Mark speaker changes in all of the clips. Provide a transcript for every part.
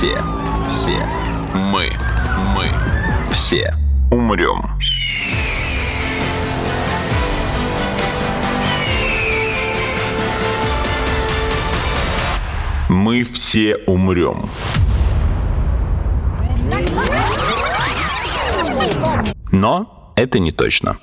Speaker 1: Мы все умрем. Мы все умрем. Но это не точно.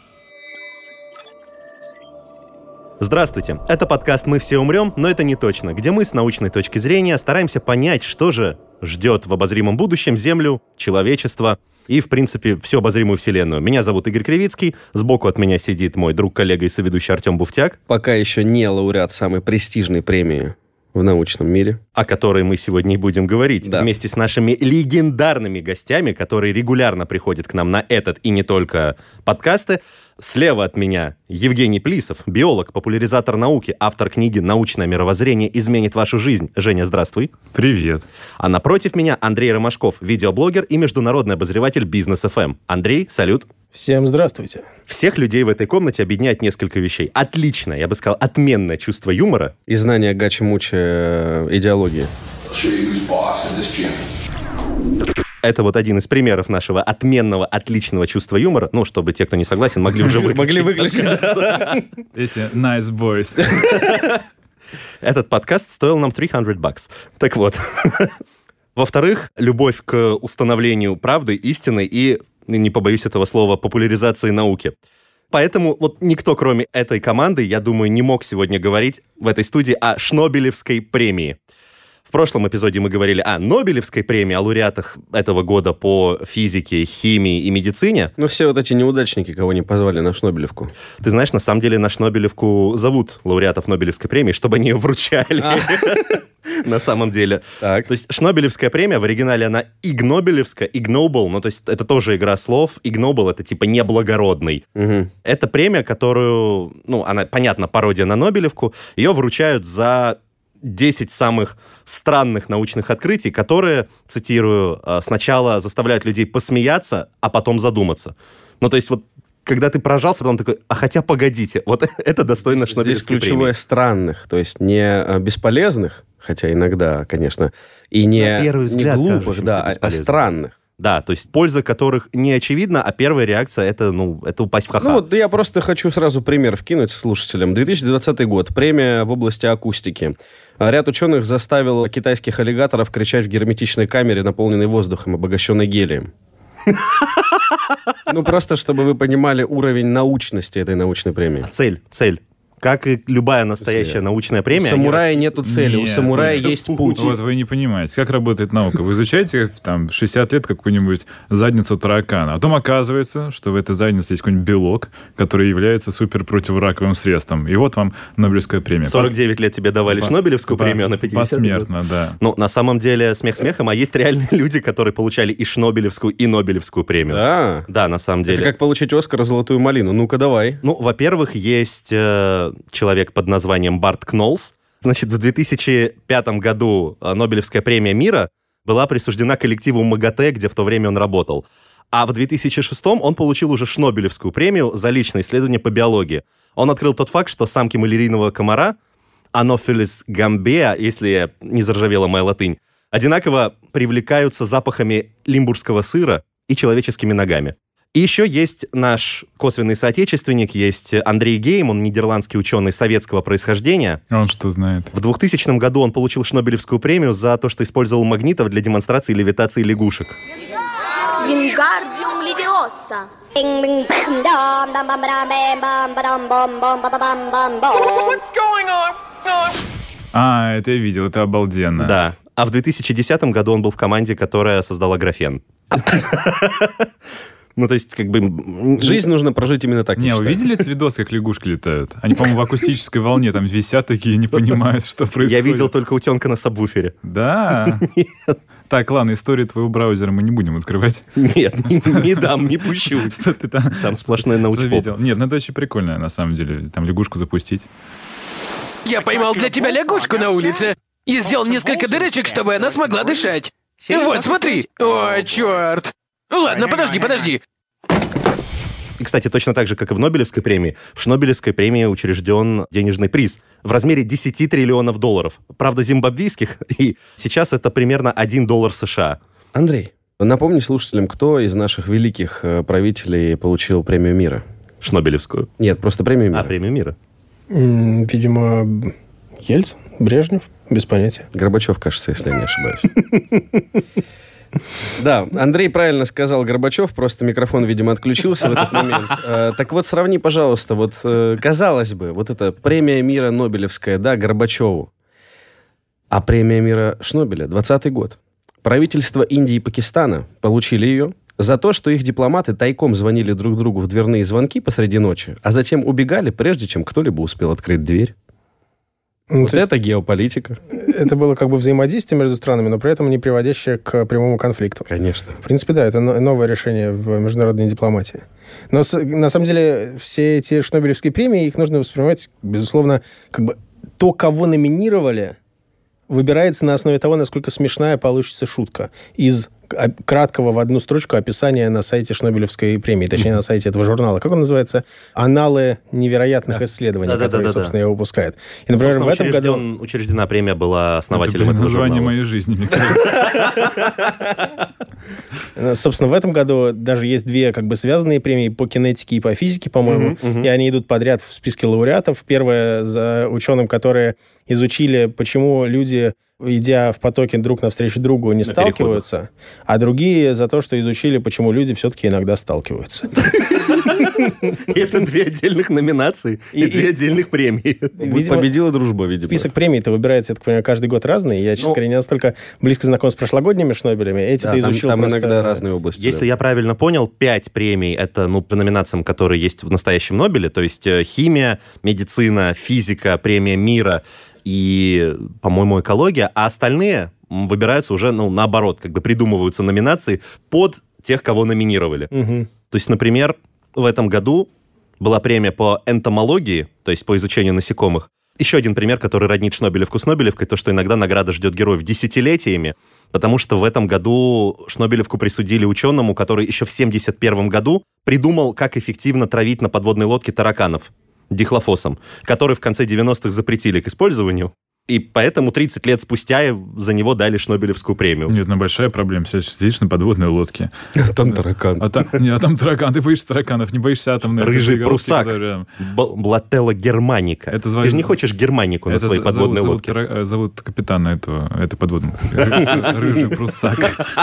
Speaker 2: Здравствуйте, это подкаст «Мы все умрем, но это не точно», где мы с научной точки зрения стараемся понять, что же ждет в обозримом будущем Землю, человечество и, в принципе, всю обозримую Вселенную. Меня зовут Игорь Кривицкий, сбоку от меня сидит мой друг, коллега и соведущий Артем Буфтяк.
Speaker 3: Пока еще не лауреат самой престижной премии в научном мире.
Speaker 2: О которой мы сегодня и будем говорить, да. Вместе с нашими легендарными гостями, которые регулярно приходят к нам на этот и не только подкасты. Слева от меня Евгений Плисов, биолог, популяризатор науки, автор книги «Научное мировоззрение изменит вашу жизнь». Женя, здравствуй.
Speaker 4: Привет.
Speaker 2: А напротив меня Андрей Ромашков, видеоблогер и международный обозреватель Бизнес ФМ. Андрей, салют.
Speaker 5: Всем здравствуйте.
Speaker 2: Всех людей в этой комнате объединяет несколько вещей. Отличное, я бы сказал, отменное чувство юмора.
Speaker 3: И знание гачи-мучи идеологии.
Speaker 2: Это вот один из примеров нашего отменного, отличного чувства юмора. Ну, чтобы те, кто не согласен, могли уже выключить.
Speaker 3: Могли выключить.
Speaker 4: Эти nice boys.
Speaker 2: Этот подкаст стоил нам $300. Так вот. Во-вторых, любовь к установлению правды, истины и, не побоюсь этого слова, популяризации науки. Поэтому вот никто, кроме этой команды, я думаю, не мог сегодня говорить в этой студии о Шнобелевской премии. В прошлом эпизоде мы говорили о Нобелевской премии, о лауреатах этого года по физике, химии и медицине.
Speaker 3: Ну, все вот эти неудачники, кого не позвали на Шнобелевку.
Speaker 2: Ты знаешь, на самом деле на Шнобелевку зовут лауреатов Нобелевской премии, чтобы они ее вручали. На самом деле.
Speaker 3: Так.
Speaker 2: То есть Шнобелевская премия, в оригинале она игнобелевская, игнобл, ну то есть это тоже игра слов. Игнобл — это типа неблагородный.
Speaker 3: Угу.
Speaker 2: Это премия, которую, ну, она, понятно, пародия на Нобелевку. Ее вручают за 10 самых странных научных открытий, которые, цитирую, сначала заставляют людей посмеяться, а потом задуматься. Ну, то есть вот когда ты поражался, потом такой, а хотя погодите, вот это достойно Шнобелевской премии.
Speaker 3: Здесь ключевое странных, то есть не бесполезных, хотя иногда, конечно, и не, не глупых, да, а странных.
Speaker 2: Да, то есть польза которых не очевидна, а первая реакция это упасть в ха-ха.
Speaker 3: Ну, да я просто хочу сразу пример вкинуть слушателям. 2020 год. Премия в области акустики. Ряд ученых заставил китайских аллигаторов кричать в герметичной камере, наполненной воздухом, обогащенной гелием. Ну, просто чтобы вы понимали уровень научности этой научной премии.
Speaker 2: Цель. Как и любая настоящая научная премия.
Speaker 3: У самурая нету цели, у самурая есть путь.
Speaker 4: Вот вы не понимаете, как работает наука. Вы изучаете там 60 лет какую-нибудь задницу таракана, а потом оказывается, что в этой заднице есть какой-нибудь белок, который является супер противораковым средством. И вот вам Нобелевская премия.
Speaker 2: 49 лет тебе давали Шнобелевскую премию, а на 50
Speaker 4: посмертно, да.
Speaker 2: Ну, на самом деле, смех смехом, а есть реальные люди, которые получали и Шнобелевскую, и Нобелевскую премию.
Speaker 3: Да?
Speaker 2: Да, на самом деле.
Speaker 3: Это как получить Оскара «Золотую малину». Ну-ка, давай.
Speaker 2: Ну, во-первых, есть человек под названием Барт Кнолс. Значит, в 2005 году Нобелевская премия мира была присуждена коллективу МАГАТЭ, где в то время он работал. А в 2006 он получил уже Шнобелевскую премию за личное исследование по биологии. Он открыл тот факт, что самки малярийного комара, Anopheles gambea, если не заржавела моя латынь, одинаково привлекаются запахами лимбургского сыра и человеческими ногами. И еще есть наш косвенный соотечественник, есть Андрей Гейм, он нидерландский ученый советского происхождения.
Speaker 4: Он что знает?
Speaker 2: В 2000 году он получил Шнобелевскую премию за то, что использовал магнитов для демонстрации левитации лягушек.
Speaker 6: Wingardium Leviosa.
Speaker 4: А, это я видел, это обалденно.
Speaker 2: Да. А в 2010 году он был в команде, которая создала графен. Ну, то есть, как бы...
Speaker 3: Жизнь нужно прожить именно так.
Speaker 4: Не, вы видели этот видос, как лягушки летают? Они, по-моему, в акустической волне там висят такие, не понимают, что происходит.
Speaker 2: Я видел только утенка на сабвуфере.
Speaker 4: Да? Нет. Так, ладно, историю твоего браузера мы не будем открывать.
Speaker 2: Нет, не дам, не пущу.
Speaker 4: Что ты там?
Speaker 2: Там сплошной научпоп.
Speaker 4: Нет, ну это очень прикольно, на самом деле, там лягушку запустить.
Speaker 7: Я поймал для тебя лягушку на улице и сделал несколько дырочек, чтобы она смогла дышать. Вот, смотри. О, черт. Ладно, подожди.
Speaker 2: И, кстати, точно так же, как и в Нобелевской премии, в Шнобелевской премии учрежден денежный приз в размере 10 триллионов долларов. Правда, зимбабвийских, и сейчас это примерно $1 США.
Speaker 3: Андрей, напомни слушателям, кто из наших великих правителей получил премию мира?
Speaker 2: Шнобелевскую.
Speaker 3: Нет, просто премию мира.
Speaker 2: Премию мира.
Speaker 5: Видимо, Ельцин, Брежнев, без понятия.
Speaker 3: Горбачев, кажется, если я не ошибаюсь. Да, Андрей правильно сказал Горбачев, просто микрофон, видимо, отключился в этот момент. Так вот, сравни, пожалуйста, вот, казалось бы, вот эта премия мира Нобелевская, да, Горбачеву, а премия мира Шнобеля, 20-й год. Правительства Индии и Пакистана получили ее за то, что их дипломаты тайком звонили друг другу в дверные звонки посреди ночи, а затем убегали, прежде чем кто-либо успел открыть дверь. Вот это геополитика.
Speaker 5: Это было как бы взаимодействие между странами, но при этом не приводящее к прямому конфликту.
Speaker 3: Конечно.
Speaker 5: В принципе, да, это новое решение в международной дипломатии. Но на самом деле все эти шнобелевские премии, их нужно воспринимать, безусловно, как бы то, кого номинировали, выбирается на основе того, насколько смешная получится шутка из краткого в одну строчку описания на сайте Шнобелевской премии, точнее, на сайте этого журнала. Как он называется? «Аналы невероятных исследований», который, собственно, его выпускает. И, например, в этом году...
Speaker 2: Учреждена премия была основателем
Speaker 4: это
Speaker 2: этого журнала.
Speaker 4: название моей жизни, мне кажется.
Speaker 5: Собственно, в этом году даже есть две как бы связанные премии по кинетике и по физике, по-моему, и они идут подряд в списке лауреатов. Первая за ученым, которые изучили, почему люди, идя в потоке друг навстречу другу, не сталкиваются, а другие за то, что изучили, почему люди все-таки иногда сталкиваются.
Speaker 2: Это две отдельных номинации и две отдельных премии.
Speaker 3: Победила дружба, видимо.
Speaker 5: Список премий-то выбирается, я так понимаю, каждый год разный. Я, честно говоря, не настолько близко знаком с прошлогодними Шнобелями. Эти-то изучил
Speaker 3: там
Speaker 5: просто...
Speaker 3: иногда разные области.
Speaker 2: Если я правильно понял, 5 премий — это по номинациям, которые есть в настоящем Нобеле, то есть химия, медицина, физика, премия мира и, по-моему, экология, а остальные выбираются уже, наоборот, как бы придумываются номинации под тех, кого номинировали. То есть, например, в этом году была премия по энтомологии, то есть по изучению насекомых. Еще один пример, который роднит Шнобелевку с Нобелевкой, то, что иногда награда ждет героев десятилетиями, потому что в этом году Шнобелевку присудили ученому, который еще в 1971 году придумал, как эффективно травить на подводной лодке тараканов дихлофосом, который в конце 90-х запретили к использованию. И поэтому 30 лет спустя за него дали Шнобелевскую премию.
Speaker 4: Нет, большая проблема. Сейчас сидишь на подводной лодке.
Speaker 3: Там таракан.
Speaker 4: Там таракан. Ты боишься тараканов, не боишься атомной...
Speaker 2: Рыжий прусак. Блателла германика. Ты же не хочешь германику на своей подводной лодке.
Speaker 4: Зовут капитана этой подводной лодки. Рыжий прусак.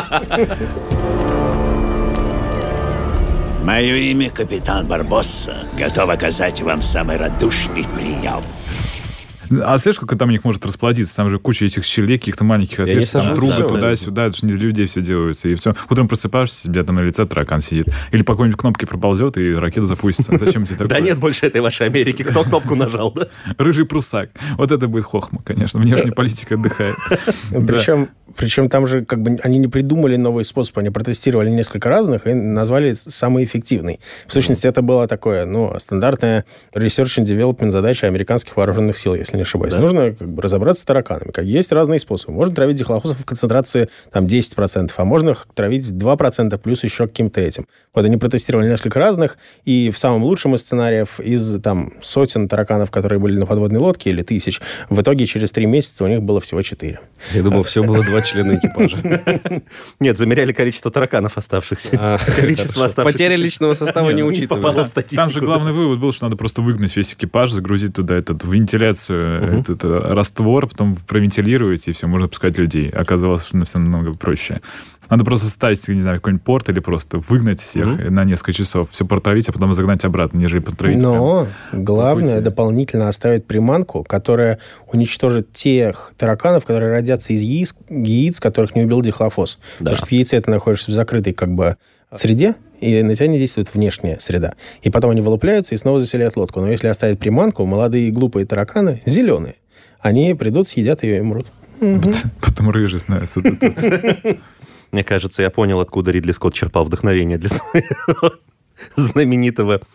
Speaker 6: Мое имя капитан Барбосса. Готов оказать вам самый радушный прием.
Speaker 4: А слышишь, как там у них может расплодиться? Там же куча этих щелей, каких-то маленьких отверстий, там трубы туда-сюда, это же не для людей все делается. И все. Утром просыпаешься, у тебя там на лице таракан сидит. Или по какой-нибудь кнопке проползет, и ракета запустится. Зачем тебе такое?
Speaker 2: Да нет больше этой вашей Америки. Кто кнопку нажал, да?
Speaker 4: Рыжий прусак. Вот это будет хохма, конечно. Внешняя политика отдыхает.
Speaker 5: Причем там же как бы они не придумали новый способ, они протестировали несколько разных и назвали самый эффективный. В сущности, это было такое, стандартная research and development задача американских вооруженных сил, если не ошибаюсь. Да. Нужно как бы разобраться с тараканами. Есть разные способы. Можно травить дихлофосов в концентрации 10%, а можно их травить в 2% плюс еще каким-то этим. Вот они протестировали несколько разных, и в самом лучшем из сценариев из сотен тараканов, которые были на подводной лодке, или тысяч, в итоге через 3 месяца у них было всего 4.
Speaker 3: Я думал, все было 2 члена экипажа.
Speaker 2: Нет, замеряли количество тараканов оставшихся. Количество оставшихся.
Speaker 3: Потеря личного состава не учитывается.
Speaker 4: Там же главный вывод был, что надо просто выгнать весь экипаж, загрузить туда эту вентиляцию, этот раствор, потом провентилировать, и все, можно пускать людей. Оказалось, что все намного проще. Надо просто ставить, не знаю, какой-нибудь порт или просто выгнать всех на несколько часов, все протравить, а потом загнать обратно, нежели потравить.
Speaker 5: Но главное дополнительно оставить приманку, которая уничтожит тех тараканов, которые родятся из яиц, которых не убил дихлофос. Да. Потому что в яйце ты находишься в закрытой среде, и на тебя не действует внешняя среда. И потом они вылупляются и снова заселяют лодку. Но если оставить приманку, молодые глупые тараканы, зеленые, они придут, съедят ее и умрут.
Speaker 4: Потом рыжий становится.
Speaker 2: Мне кажется, я понял, откуда Ридли Скотт черпал вдохновение для своего знаменитого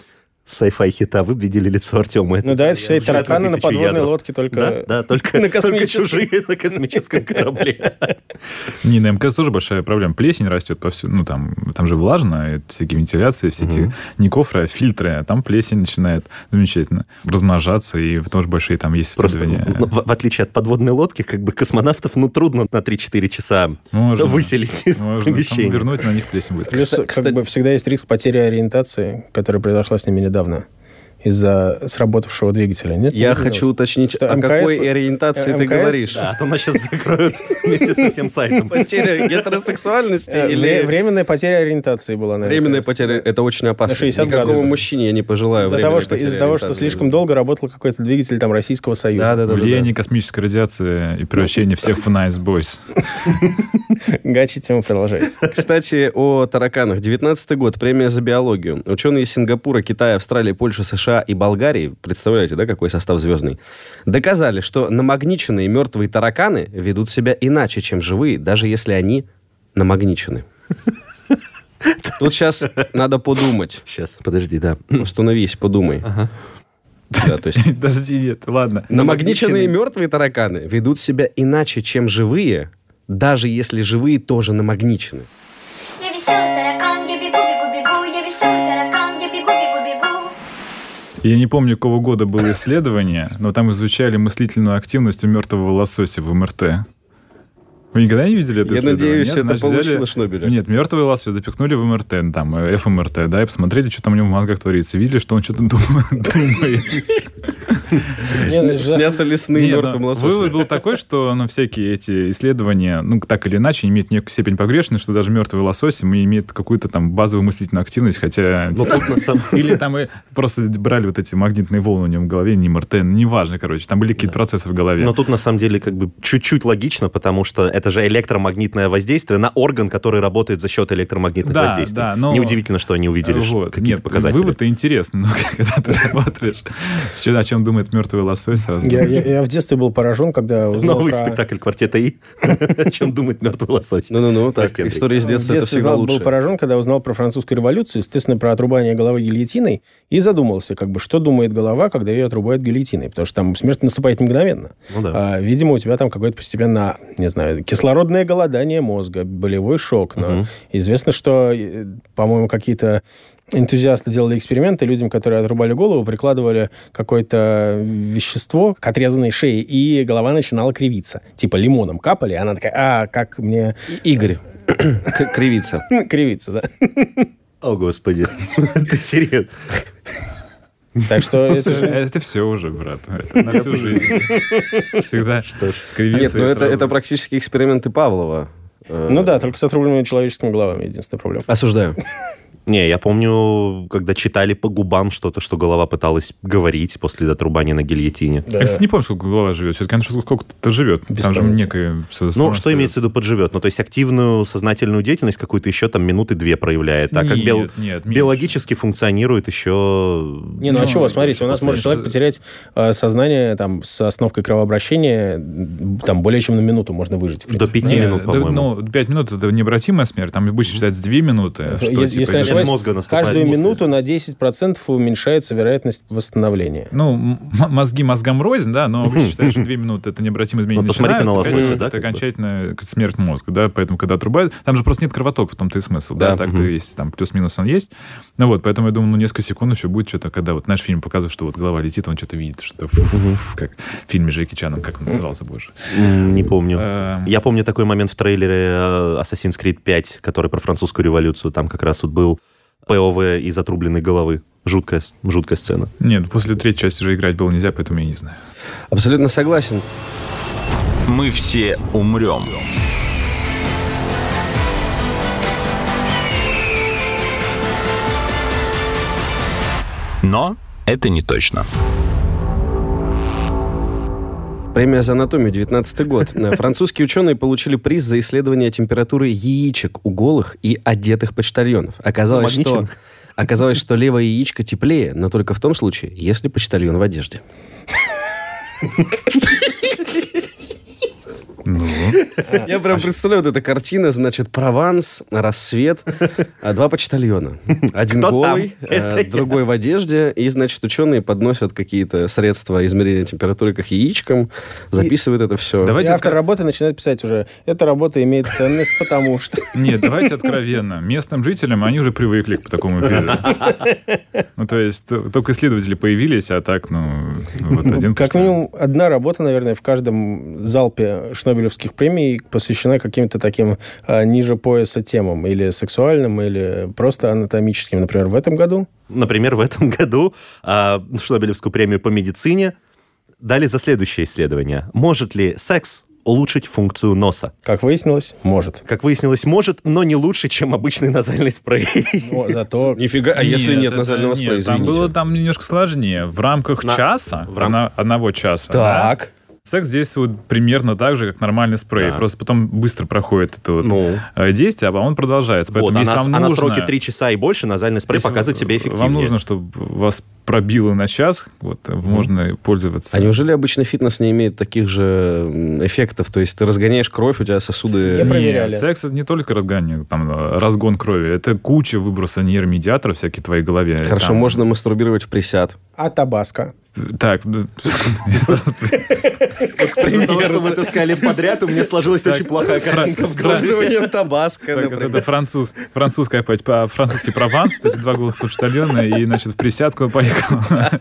Speaker 2: Sci-fi хита, вы видели лицо Артема.
Speaker 5: Ну да, это считай тараканы на подводной лодке, только
Speaker 2: только
Speaker 5: на
Speaker 2: чужие на космическом корабле.
Speaker 4: Не, на МКС тоже большая проблема. Плесень растет повсюду. Ну, там же влажно, всякие вентиляции, все эти не кофры, а фильтры. А там плесень начинает замечательно размножаться, и тоже большие там есть исследования.
Speaker 2: Просто, в отличие от подводной лодки, как бы космонавтов, трудно на 3-4 часа выселить из помещения.
Speaker 4: Там вернуть на них плесень будет.
Speaker 5: Плюс, как бы всегда есть риск потери ориентации, которая произошла с ними недавно из-за сработавшего двигателя. Нет?
Speaker 3: Я хочу уточнить, о какой ориентации ты говоришь?
Speaker 2: Да, а то нас сейчас закроют вместе со всем сайтом.
Speaker 3: Потеря гетеросексуальности или...
Speaker 5: Временная потеря ориентации была, наверное.
Speaker 3: Временная потеря, это очень опасно.
Speaker 5: На 60
Speaker 3: Никакому
Speaker 5: градусов.
Speaker 3: мужчине я не пожелаю
Speaker 5: Из-за того, что слишком долго работал какой-то двигатель там Российского Союза.
Speaker 3: Да.
Speaker 4: Влияние космической радиации и превращение всех в Nice Boys.
Speaker 5: Гачи тема продолжается.
Speaker 3: Кстати, о тараканах. 19-й год, премия за биологию. Ученые из Сингапура, Китая, Австралии, Польши, США и Болгарии, представляете, да, какой состав звездный, доказали, что намагниченные мертвые тараканы ведут себя иначе, чем живые, даже если они намагничены. Тут сейчас надо подумать.
Speaker 2: Сейчас, подожди, да.
Speaker 3: Установись, подумай. Да, то есть...
Speaker 4: Подожди, нет, ладно.
Speaker 3: Намагниченные мертвые тараканы ведут себя иначе, чем живые, даже если живые тоже намагничены.
Speaker 8: Я веселый таракан, я бегу, я веселый таракан, я бегу.
Speaker 4: Я не помню, какого года было исследование, но там изучали мыслительную активность у мертвого лосося в МРТ. Вы никогда не видели это исследование?
Speaker 3: Я надеюсь,
Speaker 4: Нет?
Speaker 3: это
Speaker 4: Значит,
Speaker 3: получило Шнобеля.
Speaker 4: Нет, мертвый лосось запихнули в МРТ, там, ФМРТ, да, и посмотрели, что там у него в мозгах творится. Видели, что он что-то думает.
Speaker 3: Снятся ли сны мертвым лососем?
Speaker 4: Вывод был такой, что всякие эти исследования, так или иначе, имеют некую степень погрешности, что даже мертвый лосось имеет какую-то там базовую мыслительную активность, хотя... Или там просто брали вот эти магнитные волны у него в голове, не МРТ, неважно, короче, там были какие-то процессы в голове.
Speaker 2: Но тут, на самом деле, как бы чуть-чуть логично, потому что это же электромагнитное воздействие на орган, который работает за счет электромагнитных воздействий.
Speaker 4: Да, но...
Speaker 2: Неудивительно, что они увидели какие-то показатели.
Speaker 4: Вывод-то интересный, но когда ты смотришь, о чем думает мертвый лосось, сразу...
Speaker 5: Я в детстве был поражен, когда узнал
Speaker 2: Новый спектакль «Квартета И». О чем думает мертвый лосось.
Speaker 3: Так, история из детства, это всегда лучше.
Speaker 5: Был поражен, когда узнал про французскую революцию, естественно, про отрубание головы гильотиной, и задумался, что думает голова, когда ее отрубают гильотиной, потому что там смерть наступает мгновенно. Видимо, у тебя там какое-то постепенно, не знаю, кислородное голодание мозга, болевой шок. Но известно, что, по-моему, какие-то энтузиасты делали эксперименты, людям, которые отрубали голову, прикладывали какое-то вещество к отрезанной шее, и голова начинала кривиться. Типа лимоном капали, она такая, как мне...
Speaker 3: Игорь, кривиться.
Speaker 5: Кривиться, да.
Speaker 2: О, Господи, ты серьезно?
Speaker 5: Так что
Speaker 4: это все уже, брат. Это на всю жизнь. Всегда кривиться.
Speaker 3: Нет, это практически эксперименты Павлова.
Speaker 5: Ну да, только с отрубленными человеческими головами единственная проблема.
Speaker 3: Осуждаю.
Speaker 2: Не, я помню, когда читали по губам что-то, что голова пыталась говорить после отрубания на гильотине.
Speaker 4: Да. Я, кстати, не помню, сколько голова живет. Все-таки, конечно, сколько-то живет. Там же некое...
Speaker 2: Ну, что имеется в виду подживет? То есть активную сознательную деятельность какую-то еще там минуты 2 проявляет. А как биологически функционирует еще...
Speaker 5: а чего? Смотрите, у нас может человек потерять сознание там с остановкой кровообращения там более чем на минуту можно выжить.
Speaker 2: До 5 минут, по-моему.
Speaker 4: 5 минут — это необратимая смерть. Там обычно считается 2 минуты.
Speaker 5: Если мозга каждую минуту на 10% уменьшается вероятность восстановления.
Speaker 4: Мозги мозгам рознь, да, но обычно считают, что 2 минуты — это необратимое изменение.
Speaker 2: Посмотрите на лосося, да?
Speaker 4: Это окончательная смерть мозга, да, поэтому, когда отрубают, там же просто нет кровотока, в том-то и смысл, да, так-то есть, там плюс-минус он есть. Поэтому я думаю, несколько секунд еще будет что-то, когда наш фильм показывает, что голова летит, он что-то видит, что как в фильме с Джеки Чаном, как он назывался, боже.
Speaker 2: Не помню. Я помню такой момент в трейлере Assassin's Creed 5, который про французскую революцию, там как раз был ПОВ из отрубленной головы. Жуткая сцена.
Speaker 4: Нет, после 3-й части же играть было нельзя, поэтому я не знаю.
Speaker 3: Абсолютно согласен.
Speaker 1: Мы все умрем. Но это не точно.
Speaker 3: Премия за анатомию, 19-й год. Французские ученые получили приз за исследование температуры яичек у голых и одетых почтальонов. Оказалось, что левое яичко теплее, но только в том случае, если почтальон в одежде. Я прям представляю, вот эта картина, значит, Прованс, рассвет, 2 почтальона. Один
Speaker 2: Кто
Speaker 3: голый,
Speaker 2: там?
Speaker 3: другой в одежде, и, значит, ученые подносят какие-то средства измерения температуры к их яичкам, записывают это все.
Speaker 5: И автор работы начинает писать уже, эта работа имеет ценность, потому что...
Speaker 4: Нет, давайте откровенно. Местным жителям они уже привыкли к такому виду. Ну, то есть, только исследователи появились, а так, вот один...
Speaker 5: Как минимум, одна работа, наверное, в каждом залпе шнобелевских премий посвящена каким-то таким ниже пояса темам, или сексуальным, или просто анатомическим. Например, в этом году.
Speaker 2: Например, в этом году Шнобелевскую премию по медицине дали за следующее исследование. Может ли секс улучшить функцию носа?
Speaker 5: Как выяснилось, может.
Speaker 2: Как выяснилось, может, но не лучше, чем обычный назальный спрей.
Speaker 5: Но зато...
Speaker 3: Нифига, а если нет назального спрея,
Speaker 4: там
Speaker 3: извините?
Speaker 4: было немножко сложнее. В рамках часа, одного часа.
Speaker 3: Так.
Speaker 4: Секс действует примерно так же, как нормальный спрей.
Speaker 2: Да.
Speaker 4: Просто потом быстро проходит это действие, а он продолжается.
Speaker 2: Вот,
Speaker 4: Поэтому, если вам
Speaker 2: на
Speaker 4: нужно,
Speaker 2: сроке 3 часа и больше назальный спрей показывает себя эффективнее.
Speaker 4: Вам нужно, чтобы вас пробило на час, можно пользоваться.
Speaker 3: А неужели обычный фитнес не имеет таких же эффектов? То есть ты разгоняешь кровь, у тебя сосуды...
Speaker 5: Не проверяли.
Speaker 4: Нет, секс — это не только разгон крови. Это куча выброса нейромедиаторов всякие в твоей голове.
Speaker 3: Хорошо, можно мастурбировать в присяд.
Speaker 5: А табаско?
Speaker 2: Из-за
Speaker 4: Так,
Speaker 2: того, что вы это сказали подряд, у меня сложилась очень плохая картинка в голове.
Speaker 3: Использованием табаско,
Speaker 4: так,
Speaker 3: например.
Speaker 4: это французский Прованс, эти 2 голых почтальона, и, значит, в присядку поехал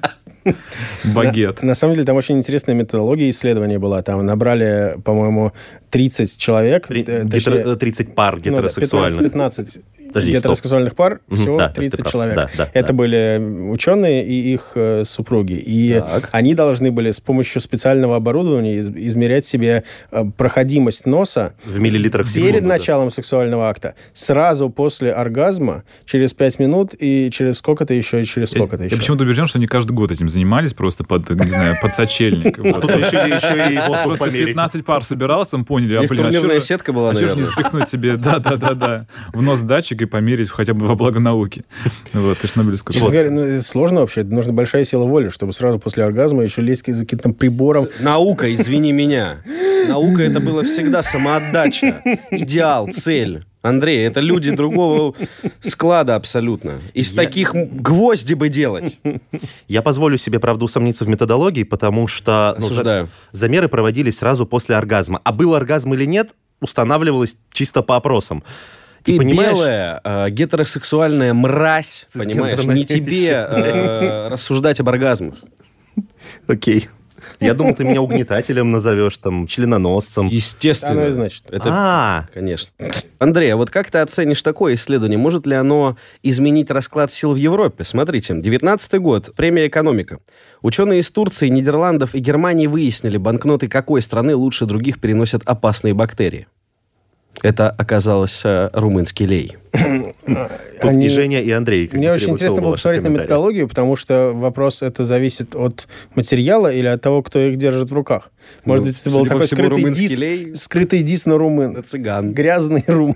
Speaker 4: багет.
Speaker 5: На самом деле, там очень интересная методология исследования была. Там набрали, по-моему, 30 человек.
Speaker 2: 30 пар гетеросексуальных.
Speaker 5: 15
Speaker 2: Подожди,
Speaker 5: гетеросексуальных пар, всего
Speaker 2: Да,
Speaker 5: 30
Speaker 2: ты прав.
Speaker 5: человек.
Speaker 2: Да,
Speaker 5: Это были ученые и их супруги. И они должны были с помощью специального оборудования измерять себе проходимость носа
Speaker 2: В миллилитрах в секунду.
Speaker 5: перед началом сексуального акта, сразу после оргазма, через 5 минут и через сколько-то еще, и через сколько-то еще.
Speaker 4: Я почему-то убежден, что они каждый год этим занимались, просто под сочельник.
Speaker 2: Тут решили еще и воздух
Speaker 4: Просто
Speaker 2: померить.
Speaker 4: 15 пар собирался, мы поняли,
Speaker 3: У них турнирная сетка была,
Speaker 4: а что ж не
Speaker 3: наверное.
Speaker 4: запихнуть себе, да, в нос датчик и померить хотя бы во благо науки. Вот, и Шнобелевскую.
Speaker 5: Честно говоря, это сложно вообще. Это нужна большая сила воли, чтобы сразу после оргазма еще лезть за каким-то прибором.
Speaker 3: Наука, извини меня. Наука — это было всегда самоотдача, идеал, цель. Андрей, это люди другого склада абсолютно. Из таких гвозди бы делать.
Speaker 2: Я позволю себе, правда, усомниться в методологии, потому что
Speaker 3: Осуждаю.
Speaker 2: замеры проводились сразу после оргазма. А был оргазм или нет, устанавливалось чисто по опросам.
Speaker 3: Ты
Speaker 2: понимаешь,
Speaker 3: белая, гетеросексуальная мразь, понимаешь?
Speaker 2: Цисгендерная.
Speaker 3: Не тебе рассуждать об оргазмах.
Speaker 2: Окей. Я думал, ты меня угнетателем назовешь, там, членоносцем.
Speaker 3: Естественно.
Speaker 5: Оно и значит.
Speaker 3: Это, конечно. Андрей, а вот как ты оценишь такое исследование? Может ли оно изменить расклад сил в Европе? Смотрите, 19-й год, премия «Экономика». Ученые из Турции, Нидерландов и Германии выяснили, банкноты какой страны лучше других переносят опасные бактерии. Это оказалось румынский лей.
Speaker 2: Тут и Женя, и Андрей.
Speaker 5: Мне очень интересно было посмотреть на методологию, потому что вопрос, это зависит от материала или от того, кто их держит в руках. Может быть, это был такой скрытый дис на румын.
Speaker 3: На цыган.
Speaker 5: Грязный румын.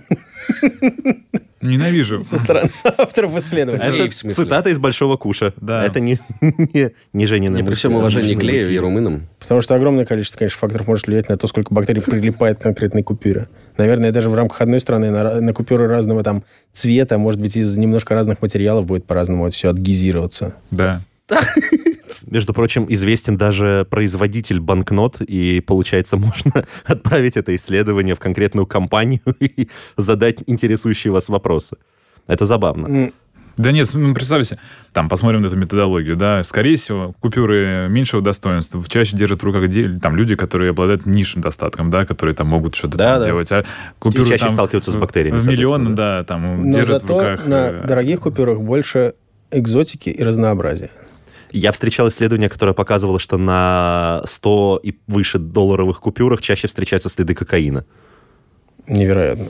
Speaker 4: Ненавижу.
Speaker 5: Со стороны авторов исследования.
Speaker 2: Это цитата из «Большого куша».
Speaker 4: Да.
Speaker 2: Это не Женина.
Speaker 3: Не при всем уважении к лею и румынам.
Speaker 5: Потому что огромное количество, конечно, факторов может влиять на то, сколько бактерий прилипает к конкретной купюре. Наверное, даже в рамках одной страны на купюры разного там цвета, может быть, из немножко разных материалов будет по-разному вот все отгизироваться.
Speaker 4: Да.
Speaker 2: Между прочим, известен даже производитель банкнот, и, получается, можно отправить это исследование в конкретную компанию и задать интересующие вас вопросы. Это забавно.
Speaker 4: Да нет, представьте, там, посмотрим на эту методологию, да, скорее всего, купюры меньшего достоинства чаще держат в руках там люди, которые обладают низшим достатком, да, которые там могут что-то там делать, а купюры
Speaker 2: чаще
Speaker 4: там
Speaker 2: сталкиваются с бактериями,
Speaker 4: в миллион, да, там,
Speaker 5: но
Speaker 4: держат
Speaker 5: зато
Speaker 4: в руках...
Speaker 5: на дорогих купюрах больше экзотики и разнообразия.
Speaker 2: Я встречал исследование, которое показывало, что на 100 и выше долларовых купюрах чаще встречаются следы кокаина.
Speaker 5: Невероятно.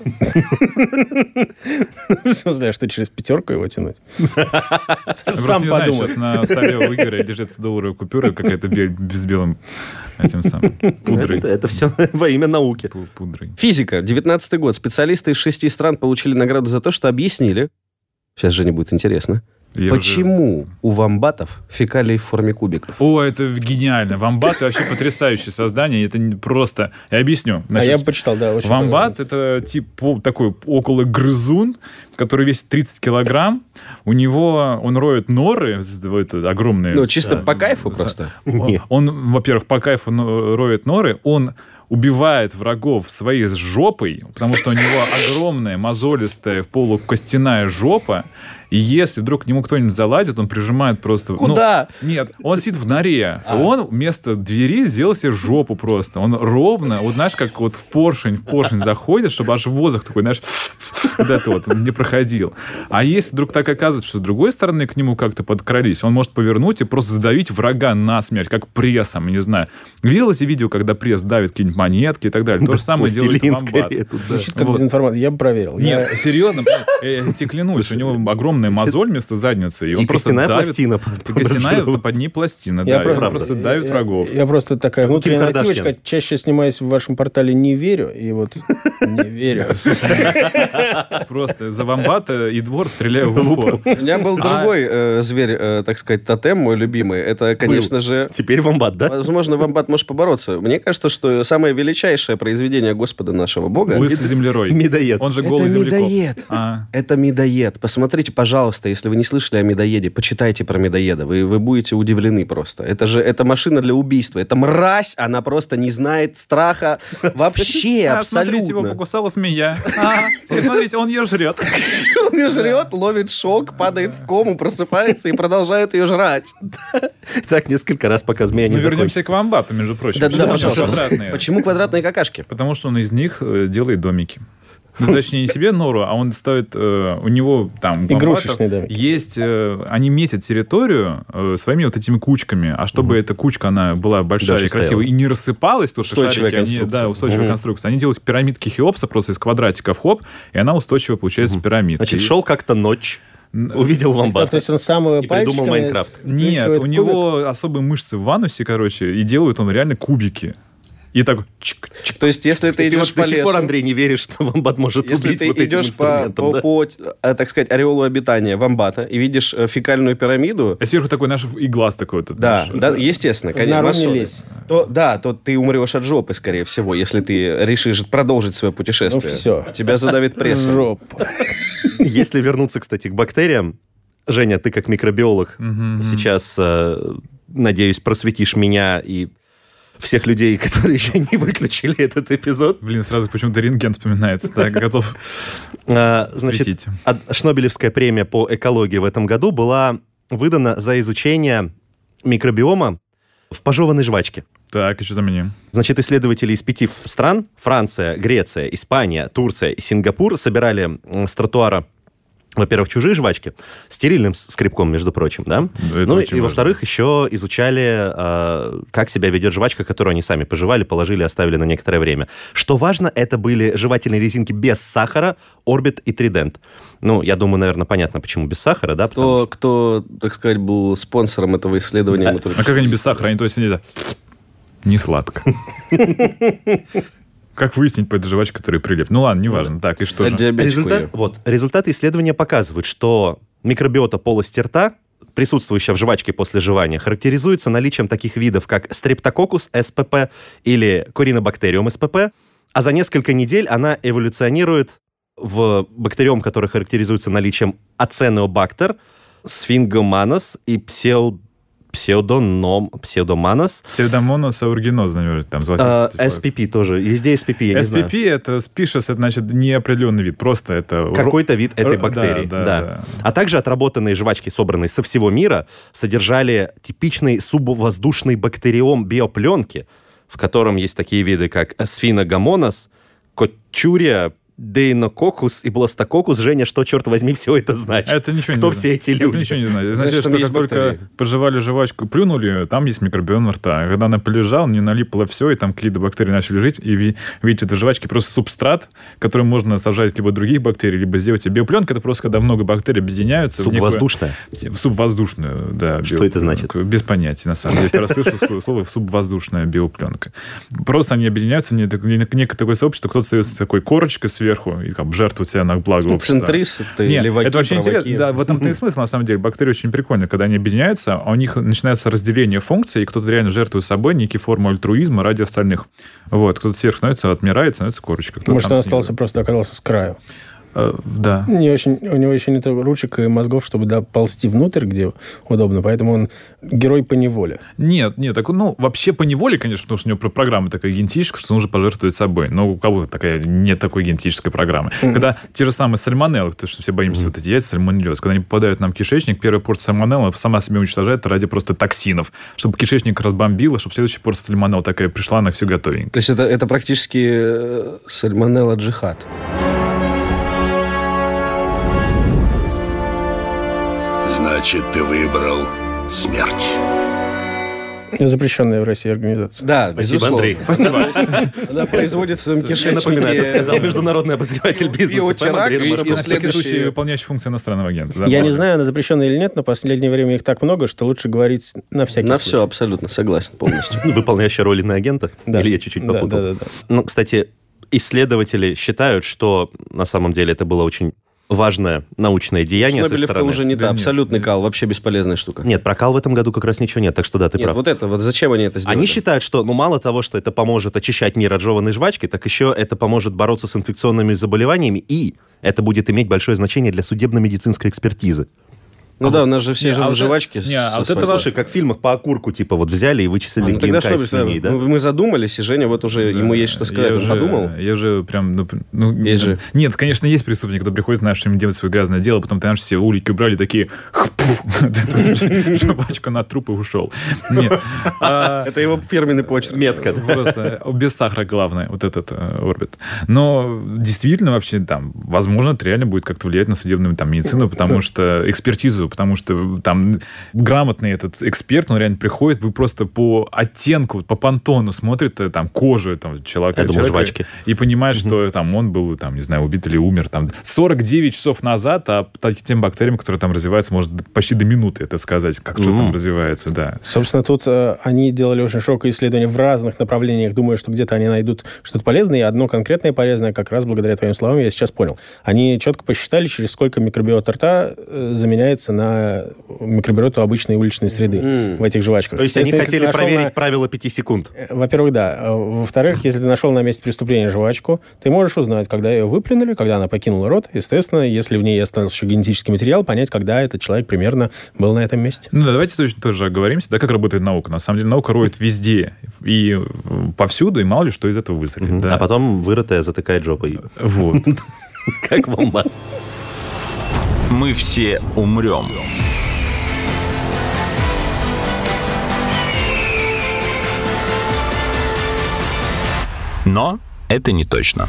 Speaker 5: В смысле, а что, через пятерку его тянуть? Сам подумай.
Speaker 4: Сейчас на столе у Игоря лежит 100-долларовая купюра какая-то с белым этим самым пудрой.
Speaker 2: Это все во имя науки.
Speaker 4: Пудрой.
Speaker 3: Физика, 19-й год. Специалисты из 6 стран получили награду за то, что объяснили, сейчас Жене будет интересно, Почему у вомбатов фекалии в форме кубиков?
Speaker 4: О, это гениально. Вомбаты вообще потрясающее создание. Это просто... Я объясню. Значит,
Speaker 5: я бы почитал, да, очень
Speaker 4: вомбат — это типа такой около грызун, который весит 30 килограмм. У него... Он роет норы, это огромные...
Speaker 3: Ну, чисто по кайфу просто?
Speaker 4: Он, во-первых, по кайфу роет норы. Он убивает врагов своей жопой, потому что у него огромная мозолистая полукостяная жопа. И если вдруг к нему кто-нибудь залазит, он прижимает просто...
Speaker 3: Куда?
Speaker 4: Нет, он сидит в норе. Он вместо двери сделал себе жопу просто. Он ровно, вот знаешь, как вот в поршень заходит, чтобы аж воздух такой, знаешь, вот это вот не проходил. А если вдруг так оказывается, что с другой стороны к нему как-то подкрались, он может повернуть и просто задавить врага насмерть, как прессом, не знаю. Видел эти видео, когда пресс давит какие-нибудь монетки и так далее? То же самое делает вомбат.
Speaker 5: Звучит как дезинформация. Я бы проверил.
Speaker 4: Нет, серьезно, я тебе клянусь, у него огромная мозоль вместо задницы, и он просто
Speaker 2: костяная
Speaker 4: давит...
Speaker 2: пластина.
Speaker 4: Костяная под ней пластина, да, и он просто давит врагов.
Speaker 5: Я просто такая внутренняя нативочка, чаще снимаюсь в вашем портале «Не верю», и вот не верю.
Speaker 4: Просто за вомбата и двор стреляю в упор.
Speaker 3: У меня был другой зверь, так сказать, тотем, мой любимый. Это, конечно же...
Speaker 2: Теперь вомбат, да?
Speaker 3: Возможно, вомбат может побороться. Мне кажется, что самое величайшее произведение Господа нашего Бога...
Speaker 4: Лысый землерой.
Speaker 2: Медоед.
Speaker 4: Он же голый землекоп.
Speaker 3: Медоед. Это медоед. Посмотрите, пожалуйста, если вы не слышали о медоеде, почитайте про медоеда. Вы будете удивлены просто. Это машина для убийства. Это мразь, она просто не знает страха вообще, абсолютно.
Speaker 4: Смотрите, его покусала змея. Смотрите, он ее жрет.
Speaker 3: Он ее жрет, ловит шок, падает в кому, просыпается и продолжает ее жрать.
Speaker 2: Так, несколько раз, пока змея не закончится.
Speaker 4: Вернемся к вомбату, между прочим.
Speaker 3: Да, пожалуйста.
Speaker 4: Квадратные.
Speaker 3: Почему квадратные какашки?
Speaker 4: Потому что он из них делает домики. Ну, точнее, не себе нору, а он ставит... у него там...
Speaker 5: Игрушечный домик.
Speaker 4: Есть... они метят территорию своими вот этими кучками, а чтобы эта кучка, она была большая и красивая, и не рассыпалась, потому что шарики, они... Да, устойчивая конструкция. Они делают пирамидки Хеопса просто из квадратиков, хоп, и она устойчиво получается пирамид.
Speaker 2: Значит, шел как-то ночь, увидел вомбата.
Speaker 5: То есть он сам
Speaker 2: и придумал Майнкрафт.
Speaker 4: Нет, у него особые мышцы в ванусе, короче, и делают он реально кубики. И так...
Speaker 3: То есть, если ты идешь по лесу...
Speaker 2: До сих пор, Андрей, не веришь, что вомбат может убить вот этим инструментом.
Speaker 3: Если ты идешь по, так сказать, ореолу обитания вомбата и видишь фекальную пирамиду...
Speaker 4: А сверху такой наш и глаз такой.
Speaker 3: Да, естественно.
Speaker 5: Конечно, не лезь.
Speaker 3: То ты умрешь от жопы, скорее всего, если ты решишь продолжить свое путешествие.
Speaker 5: Ну все.
Speaker 3: Тебя задавит прессом.
Speaker 5: Жопа.
Speaker 2: Если вернуться, кстати, к бактериям, Женя, ты как микробиолог сейчас, надеюсь, просветишь меня и всех людей, которые еще не выключили этот эпизод.
Speaker 4: Блин, сразу почему-то рентген вспоминается. Так, готов
Speaker 2: Значит, Шнобелевская премия по экологии в этом году была выдана за изучение микробиома в пожеванной жвачке.
Speaker 4: Так, и что там они?
Speaker 2: Значит, исследователи из 5 стран, Франция, Греция, Испания, Турция и Сингапур, собирали с тротуара, во-первых, чужие жвачки, стерильным скребком, между прочим, да? Ну и, во-вторых, еще изучали, как себя ведет жвачка, которую они сами пожевали, положили, оставили на некоторое время. Что важно, это были жевательные резинки без сахара, Орбит и Тридент. Ну, я думаю, наверное, понятно, почему без сахара, да?
Speaker 3: Кто, так сказать, был спонсором этого исследования?
Speaker 2: Да.
Speaker 4: А как они без сахара? Они то есть не сладко. Как выяснить по этой жвачке, которая прилип? Ну ладно, неважно. Так, и что же?
Speaker 2: Результаты исследования показывают, что микробиота полости рта, присутствующая в жвачке после жевания, характеризуется наличием таких видов, как стрептококус СПП или коринобактериум СПП, а за несколько недель она эволюционирует в бактериум, который характеризуется наличием аценобактер, сфингоманос и псевдоманос.
Speaker 4: Псевдомонос ауригиноз, наверное, там звать.
Speaker 2: SPP тоже. Везде SPP, я не знаю.
Speaker 4: SPP это species, это значит неопределенный вид, просто это...
Speaker 2: Какой-то вид этой бактерии. Да. А также отработанные жвачки, собранные со всего мира, содержали типичный субвоздушный бактериом биопленки, в котором есть такие виды, как сфиногомонос, кочурия, дейнококус и бластококус. Женя, что, черт возьми, все это значит?
Speaker 4: Это ничего не
Speaker 2: Кто
Speaker 4: знает.
Speaker 2: все эти люди?
Speaker 4: Это ничего не знает. Значит, что как только пожевали жвачку, плюнули, там есть микробиом рта. А когда она полежала, не налипло все, и там какие-то бактерии начали жить. И видите, это жвачки просто субстрат, который можно сажать либо других бактерий, либо сделать себе биопленку. Это просто когда много бактерий объединяются.
Speaker 2: Субвоздушная?
Speaker 4: Субвоздушную, да.
Speaker 2: Что это значит?
Speaker 4: Без понятия, на самом деле. Я расслышал слово субвоздушная биопленка. Просто они объединяются в некое такое сообщество, кто-то остается такой корочкой сверху, сверху и как бы жертвуют себя на благо общества.
Speaker 3: Центристы,
Speaker 4: Нет,
Speaker 3: леваки,
Speaker 4: это вообще
Speaker 3: праваки.
Speaker 4: интересно. Да, в этом-то и смысл, на самом деле. Бактерии очень прикольные. Когда они объединяются, а у них начинается разделение функций, и кто-то реально жертвует собой, некие формы альтруизма ради остальных. Вот. Кто-то сверху становится, отмирает, становится корочка.
Speaker 5: Может, он остался просто оказался с краю.
Speaker 4: Да.
Speaker 5: У него еще нет ручек и мозгов, чтобы ползти внутрь, где удобно, поэтому он герой по неволе.
Speaker 4: Нет, так, вообще по неволе, конечно, потому что у него программа такая генетическая, что нужно пожертвовать собой. Но у кого нет такой генетической программы. Когда те же самые сальмонеллы, то, что все боимся вот эти яйца, сальмонеллез, когда они попадают нам в кишечник, первая порция сальмонеллы сама себя уничтожает ради просто токсинов, чтобы кишечник разбомбило, чтобы следующая порция сальмонеллы такая пришла, она все готовенькая.
Speaker 3: То есть это практически сальмонелла джихад.
Speaker 6: Значит, ты выбрал смерть.
Speaker 5: Запрещенная в России организация.
Speaker 3: Да,
Speaker 2: Спасибо,
Speaker 3: безусловно.
Speaker 2: Андрей.
Speaker 4: Спасибо.
Speaker 3: Она производит в своем
Speaker 2: Я
Speaker 3: кишечнике...
Speaker 2: напоминаю, это сказал международный обозреватель бизнеса.
Speaker 3: Биотеракт,
Speaker 2: Андрей Ромашков.
Speaker 3: и
Speaker 4: На всякий
Speaker 3: следующий-
Speaker 4: случай выполняющий функции иностранного агента. Да?
Speaker 5: Я не знаю, она запрещенная или нет, но в последнее время их так много, что лучше говорить на всякий
Speaker 3: На
Speaker 5: случай.
Speaker 3: все, абсолютно, согласен полностью.
Speaker 2: Выполняющая роль иноагента?
Speaker 5: Да.
Speaker 2: Или я чуть-чуть
Speaker 5: Да,
Speaker 2: попутал?
Speaker 5: да.
Speaker 2: Ну, кстати, исследователи считают, что на самом деле это было очень важное научное деяние с их
Speaker 3: Нобелевка
Speaker 2: стороны.
Speaker 3: уже не
Speaker 4: Да
Speaker 3: та,
Speaker 4: нет.
Speaker 3: абсолютный кал, вообще бесполезная штука.
Speaker 2: Нет, про кал в этом году как раз ничего нет, так что да, ты
Speaker 3: Нет,
Speaker 2: прав.
Speaker 3: вот зачем они это сделали?
Speaker 2: Они считают, что, мало того, что это поможет очищать мир от жеванной жвачки, так еще это поможет бороться с инфекционными заболеваниями, и это будет иметь большое значение для судебно-медицинской экспертизы.
Speaker 3: Ну да, у нас же все
Speaker 4: Не, а вот
Speaker 3: жвачки.
Speaker 4: это- не, а вот
Speaker 3: со
Speaker 4: это
Speaker 3: свадьбы.
Speaker 2: Слушай, как в фильмах по окурку, типа, вот взяли и вычислили
Speaker 3: Ну, тогда
Speaker 2: ДНК из
Speaker 3: что,
Speaker 2: свиней, да?
Speaker 3: мы задумались, и Женя вот уже, ему есть что сказать, он подумал.
Speaker 4: Я же прям...
Speaker 3: Есть же.
Speaker 4: Нет, конечно, есть преступник, кто приходит, знаешь, что им делать свое грязное дело, потом, ты знаешь, все улики убрали, такие... Жвачку на труп и ушел. Нет.
Speaker 3: Это его фирменный почерк.
Speaker 2: Метка. да.
Speaker 4: Просто без сахара главное, вот этот орбит. Но действительно вообще там, возможно, это реально будет как-то влиять на судебную там медицину, потому что экспертизу, потому что там грамотный этот эксперт, он реально приходит, вы просто по оттенку, по пантону смотрит там кожу там, человека,
Speaker 2: Я думал, жвачки.
Speaker 4: и понимает, что там он был, там, не знаю, убит или умер там 49 часов назад, а тем бактериям, которые там развиваются, может почти до минуты это сказать, как что там развивается, да.
Speaker 5: Собственно, тут они делали очень широкое исследование в разных направлениях, думая, что где-то они найдут что-то полезное, и одно конкретное полезное, как раз благодаря твоим словам, я сейчас понял. Они четко посчитали, через сколько микробиота рта заменяется на микробиоту обычной уличной среды в этих жвачках.
Speaker 2: То есть они
Speaker 5: Естественно, если
Speaker 2: хотели
Speaker 5: ты нашел
Speaker 2: проверить правило 5 секунд.
Speaker 5: Во-первых, да. Во-вторых, если ты нашел на месте преступления жвачку, ты можешь узнать, когда ее выплюнули, когда она покинула рот. Естественно, если в ней остался еще генетический материал, понять, когда этот человек примерно был на этом месте.
Speaker 4: Ну да, давайте точно тоже оговоримся, да, как работает наука. На самом деле наука роет везде и повсюду, и мало ли что из этого выстрелит. Да.
Speaker 2: А потом вырытая затыкает жопой.
Speaker 4: Вот.
Speaker 2: Как вомбат.
Speaker 1: Мы все умрем. Но это не точно.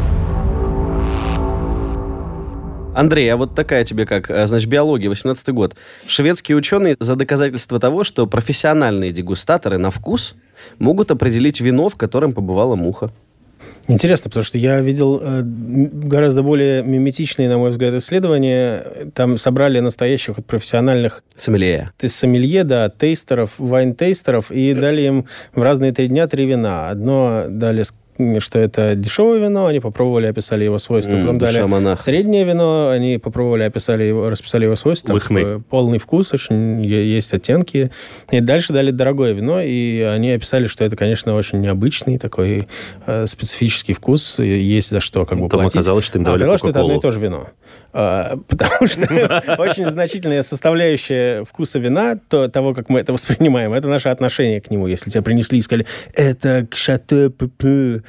Speaker 3: Андрей, а вот такая тебе как, значит, биология, 18-й год. Шведские ученые за доказательство того, что профессиональные дегустаторы на вкус могут определить вино, в котором побывала муха.
Speaker 5: Интересно, потому что я видел гораздо более миметичные, на мой взгляд, исследования. Там собрали настоящих вот профессиональных сомелье, да, тейстеров, вайн-тейстеров, и дали им в разные 3 дня 3 вина. Одно дали, что это дешевое вино, они попробовали, описали его свойства. Потом дали среднее вино, они попробовали, описали его, расписали его свойства. Там полный вкус, очень есть оттенки. И дальше дали дорогое вино, и они описали, что это, конечно, очень необычный такой специфический вкус, есть за что как бы
Speaker 2: Там
Speaker 5: платить.
Speaker 2: оказалось, что им давали
Speaker 5: оказалось, что это одно и
Speaker 2: Кока-Колу.
Speaker 5: то же вино. Потому что очень значительная составляющая вкуса вина, того, как мы это воспринимаем, это наше отношение к нему. Если тебя принесли и сказали, это Шато Пепе,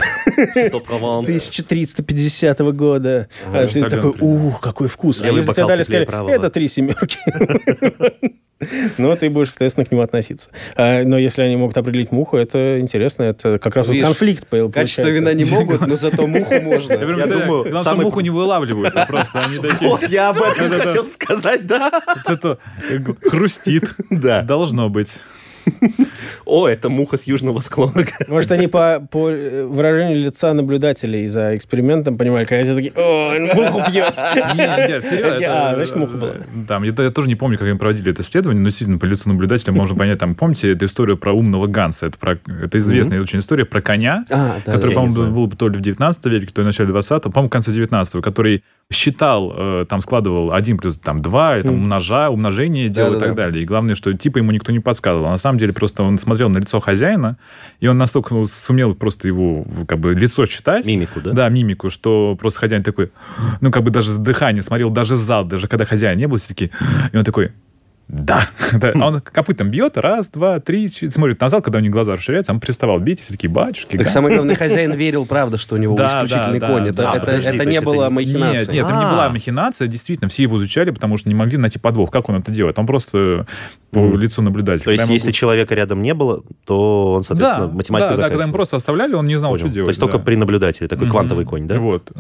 Speaker 5: 1350 года, ты такой, какой вкус. А если тебе дали, сказали, это 3 семерки. Но ты будешь, соответственно, к нему относиться. Но если они могут определить муху, это интересно. Это как раз вот конфликт получается.
Speaker 3: Качество вина не могут, но зато муху можно.
Speaker 4: Я думаю, главное, что муху не вылавливают, а просто они такие...
Speaker 2: Вот я об этом хотел сказать, да.
Speaker 4: Это хрустит.
Speaker 2: Да.
Speaker 4: Должно быть.
Speaker 2: О, это муха с южного склона.
Speaker 5: Может, они по выражению лица наблюдателей за экспериментом понимали, когда они такие, о, он муху пьет.
Speaker 4: Нет, серьезно.
Speaker 5: Значит, муха была.
Speaker 4: Там, я тоже не помню, как они проводили это исследование, но действительно по лицу наблюдателя можно понять. Там, помните, эту историю про умного Ганса? Это известная очень история про коня, который, по-моему, был то ли в 19 веке, то ли в начале 20-го, по-моему, в конце 19-го, который считал, там складывал 1 плюс 2, и, там, умножение делал и так далее. И главное, что типа ему никто не подсказывал. А на самом деле просто он смотрел на лицо хозяина, и он настолько сумел просто его как бы лицо читать.
Speaker 2: Мимику, да?
Speaker 4: Да, мимику, что просто хозяин такой, ну как бы даже с дыханием смотрел, даже зад, даже когда хозяин не был, все таки, и он такой... Да. Он копытом бьет, 1, 2, 3, смотрит назад, когда у них глаза расширяются, он переставал бить, все такие, батюшки.
Speaker 3: Так самый главный хозяин верил, правда, что у него исключительный конь. Это не была махинация.
Speaker 4: Нет, это не была махинация, действительно, все его изучали, потому что не могли найти подвох, как он это делает. Он просто по лицу наблюдателя.
Speaker 2: То есть, если человека рядом не было, то он, соответственно, математику заканчивал.
Speaker 4: Да, когда им просто оставляли, он не знал, что делать.
Speaker 2: То есть, только при наблюдателе, такой квантовый конь, да?
Speaker 4: Вот.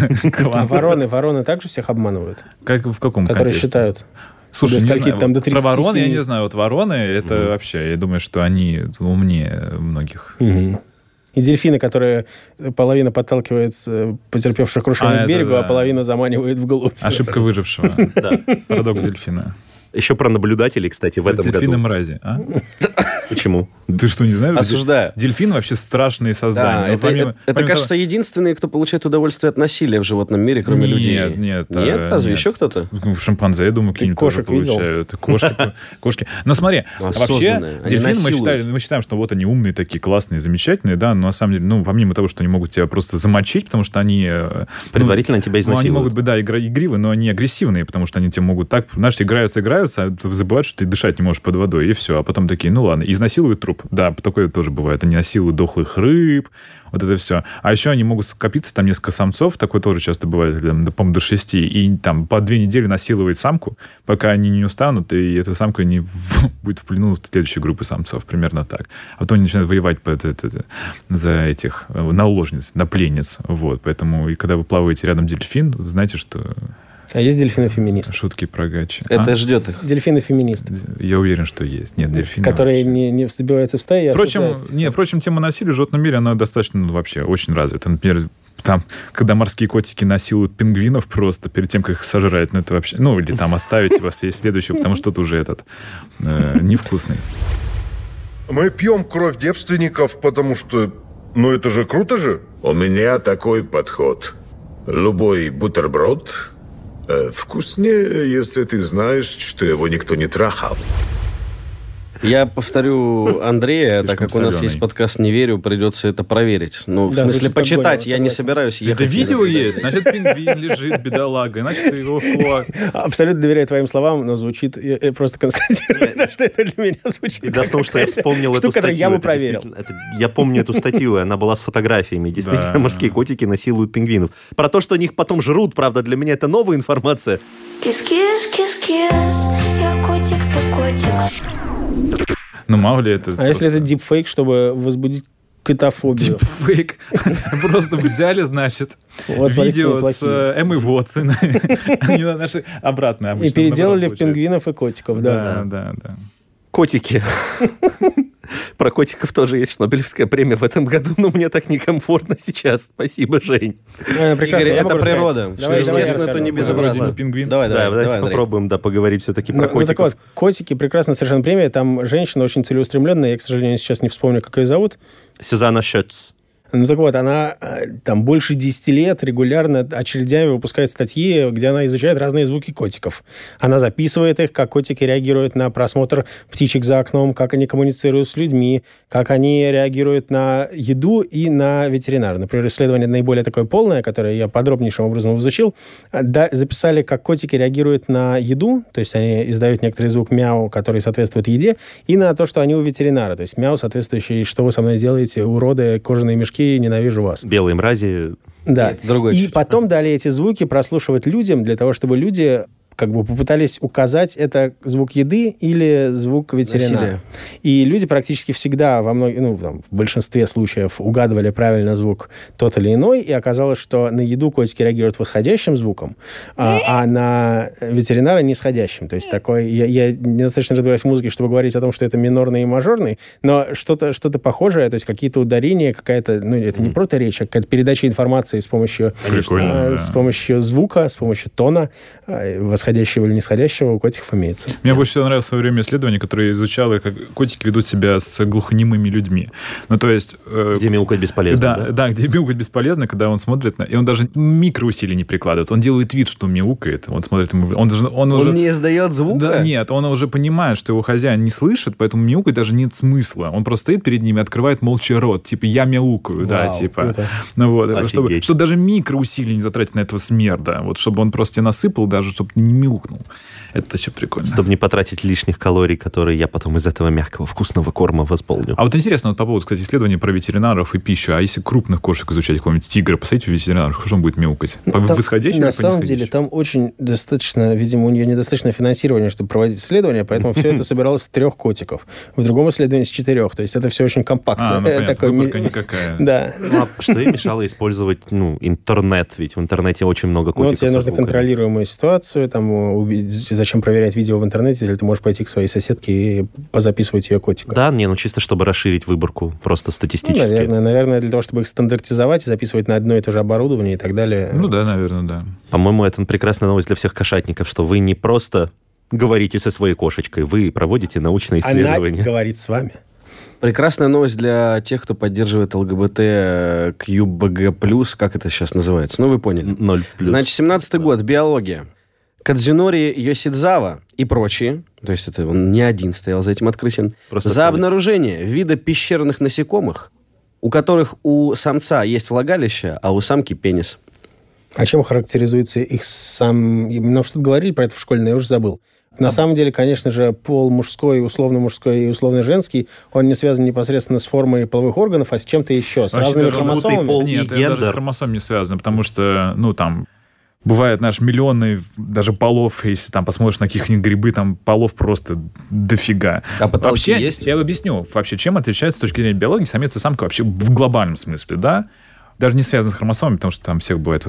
Speaker 5: А вороны также всех обманывают?
Speaker 4: В каком контексте?
Speaker 5: Которые считают...
Speaker 4: Слушай, не знаю,
Speaker 5: там, до
Speaker 4: про ворон я не знаю. Вот вороны, это вообще, я думаю, что они умнее многих.
Speaker 5: И дельфины, которые половина подталкивает потерпевших крушение к берегу, а половина заманивает вглубь.
Speaker 4: Ошибка выжившего. Парадокс дельфина.
Speaker 2: Еще про наблюдателей, кстати, в этом году.
Speaker 4: Дельфины мрази, а?
Speaker 2: Почему?
Speaker 4: Ты что, не знаешь?
Speaker 3: Осуждаю.
Speaker 4: Дельфины вообще страшные создания.
Speaker 3: Это, кажется, единственные, кто получает удовольствие от насилия в животном мире, кроме людей.
Speaker 4: Нет.
Speaker 3: Нет? Разве еще кто-то?
Speaker 4: Шимпанзе, я думаю, какие-нибудь тоже получают. Кошки. Но смотри, вообще дельфины мы считаем, что вот они умные такие, классные, замечательные, да, но на самом деле, ну, помимо того, что они могут тебя просто замочить, потому что они...
Speaker 2: Предварительно тебя изнасилуют.
Speaker 4: Они могут быть, да, игривые, но они агрессивные, потому что они тебя могут так, знаешь, играются, а забывают, что ты дышать не можешь под водой, и все. А потом такие, ну ладно, изнасилуют труп. Да, такое тоже бывает. Они насилуют дохлых рыб, вот это все. А еще они могут скопиться, там несколько самцов, такое тоже часто бывает, по-моему, до 6, и там по 2 недели насиловать самку, пока они не устанут, и эта самка не будет в плену следующей группы самцов, примерно так. А потом они начинают воевать за этих наложниц, на пленниц. Вот. Поэтому, и когда вы плаваете рядом дельфин, знаете, что...
Speaker 5: А есть дельфины-феминисты?
Speaker 4: Шутки про гачи.
Speaker 3: Это ждет их.
Speaker 5: Дельфины-феминисты.
Speaker 4: Я уверен, что есть. Нет, дельфины.
Speaker 5: Которые не забиваются в стаи.
Speaker 4: Впрочем, тема насилия в животном мире, она достаточно вообще очень развита. Например, там, когда морские котики насилуют пингвинов просто перед тем, как их сожрать, ну это вообще... Ну, или там оставить вас есть следующего, потому что это уже невкусный.
Speaker 9: Мы пьем кровь девственников, потому что... Ну, это же круто же.
Speaker 10: У меня такой подход. Любой бутерброд... вкуснее, если ты знаешь, что его никто не трахал.
Speaker 3: Я повторю Андрея, так как у нас есть подкаст «Не верю», придется это проверить. Ну, в смысле, почитать. Я не собираюсь ехать.
Speaker 4: Это видео есть? Значит, пингвин лежит, бедолага. Значит, его флаг.
Speaker 5: Абсолютно доверяю твоим словам, но звучит... Я просто констатирую, что это для меня звучит.
Speaker 2: Беда в том, что я вспомнил эту статью.
Speaker 5: Я бы проверил.
Speaker 2: Я помню эту статью, и она была с фотографиями. Действительно, морские котики насилуют пингвинов. Про то, что они их потом жрут, правда, для меня это новая информация.
Speaker 8: Кис-кис, кис-кис, я котик, ты котик.
Speaker 4: Ну, мало ли это...
Speaker 5: А если это дипфейк, чтобы возбудить котофобию?
Speaker 4: Дипфейк. Просто взяли, значит, видео с Эммой Уотсон. Они наши обратно обычно.
Speaker 5: И переделали в пингвинов и котиков, да.
Speaker 4: Да.
Speaker 2: Котики. Про котиков тоже есть Нобелевская премия в этом году, но мне так некомфортно сейчас. Спасибо, Жень.
Speaker 3: Игорь, это природа. Естественно, это не безобразно.
Speaker 2: Давайте попробуем поговорить все-таки про котиков.
Speaker 5: Так вот, котики, прекрасная совершенно премия. Там женщина очень целеустремленная. Я, к сожалению, сейчас не вспомню, как ее зовут.
Speaker 2: Сюзанна Шёц.
Speaker 5: Ну так вот, она там больше 10 лет регулярно очередями выпускает статьи, где она изучает разные звуки котиков. Она записывает их, как котики реагируют на просмотр птичек за окном, как они коммуницируют с людьми, как они реагируют на еду и на ветеринара. Например, исследование наиболее такое полное, которое я подробнейшим образом изучил, записали, как котики реагируют на еду, то есть они издают некоторый звук мяу, который соответствует еде, и на то, что они у ветеринара, то есть мяу, соответствующий, что вы со мной делаете, уроды, кожаные мешки, ненавижу вас.
Speaker 2: Белые мрази.
Speaker 5: Да. И потом дали эти звуки прослушивать людям, для того, чтобы люди как бы попытались указать, это звук еды или звук ветеринара.
Speaker 3: Насилие.
Speaker 5: И люди практически всегда в большинстве случаев угадывали правильно звук тот или иной, и оказалось, что на еду котики реагируют восходящим звуком, а на ветеринара нисходящим. То есть такой... Я недостаточно разбираюсь в музыке, чтобы говорить о том, что это минорный и мажорный, но что-то похожее, то есть какие-то ударения, какая-то... это не просто речь, а какая-то передача информации с помощью звука, с помощью тона, восходящего или нисходящего у котиков имеется.
Speaker 4: Мне больше всего нравилось в свое время исследование, которое изучало, как котики ведут себя с глухонемыми людьми. То есть...
Speaker 2: Где мяукать бесполезно,
Speaker 4: да, где мяукать бесполезно, когда он смотрит и он даже микроусилий не прикладывает. Он делает вид, что мяукает. Он смотрит, он уже...
Speaker 3: не издает звука?
Speaker 4: Да, нет, он уже понимает, что его хозяин не слышит, поэтому мяукать даже нет смысла. Он просто стоит перед ними и открывает молча рот. Типа, я мяукаю, чтобы даже микроусилий не затратить на этого смерда. Чтобы он просто тебе насыпал, даже чтобы не мяукнул. Это еще прикольно.
Speaker 2: Чтобы не потратить лишних калорий, которые я потом из этого мягкого, вкусного корма восполню.
Speaker 4: А вот интересно, по поводу, кстати, исследований про ветеринаров и пищу. А если крупных кошек изучать, какого-нибудь тигра, посмотрите у ветеринара, что он будет мяукать? По восходящему или по
Speaker 5: нисходящему? На самом деле, там очень достаточно, видимо, у нее недостаточно финансирования, чтобы проводить исследования, поэтому все это собиралось с 3 котиков. В другом исследовании с 4. То есть это все очень компактно.
Speaker 4: Выборка никакая.
Speaker 5: Да.
Speaker 2: Что им мешало использовать интернет? Ведь в интернете очень много котиков
Speaker 5: тебе нужно контролируемую ситуацию, зачем проверять видео в интернете, если ты можешь пойти к своей соседке и позаписывать ее котика.
Speaker 2: Да, чисто чтобы расширить выборку, просто статистически.
Speaker 5: Наверное, для того, чтобы их стандартизовать и записывать на одно и то же оборудование и так далее.
Speaker 4: Наверное, да.
Speaker 2: По-моему, это прекрасная новость для всех кошатников, что вы не просто говорите со своей кошечкой, вы проводите научные исследования.
Speaker 5: Она говорит с вами.
Speaker 3: Прекрасная новость для тех, кто поддерживает ЛГБТ QBG+, как это сейчас называется. Вы поняли.
Speaker 2: 0+.
Speaker 3: Значит, 17-й год, биология. Кадзунори Йосидзава и прочие, то есть это он не один стоял за этим открытием, за обнаружение вида пещерных насекомых, у которых у самца есть влагалище, а у самки пенис.
Speaker 5: А чем характеризуется их сам... Нам что-то говорили про это в школе, но я уже забыл. На самом деле, конечно же, пол мужской, условно-мужской и условно-женский, он не связан непосредственно с формой половых органов, а с чем-то еще, с разными хромосомами.
Speaker 4: Нет, это даже с хромосомами не связано, потому что, бывает, миллионы даже полов, если там посмотришь на каких-нибудь грибы, там полов просто дофига.
Speaker 3: А потолки
Speaker 4: вообще,
Speaker 3: есть?
Speaker 4: Я объясню, вообще, чем отличается с точки зрения биологии самец и самка вообще в глобальном смысле, да? Даже не связано с хромосомами, потому что там всех бывает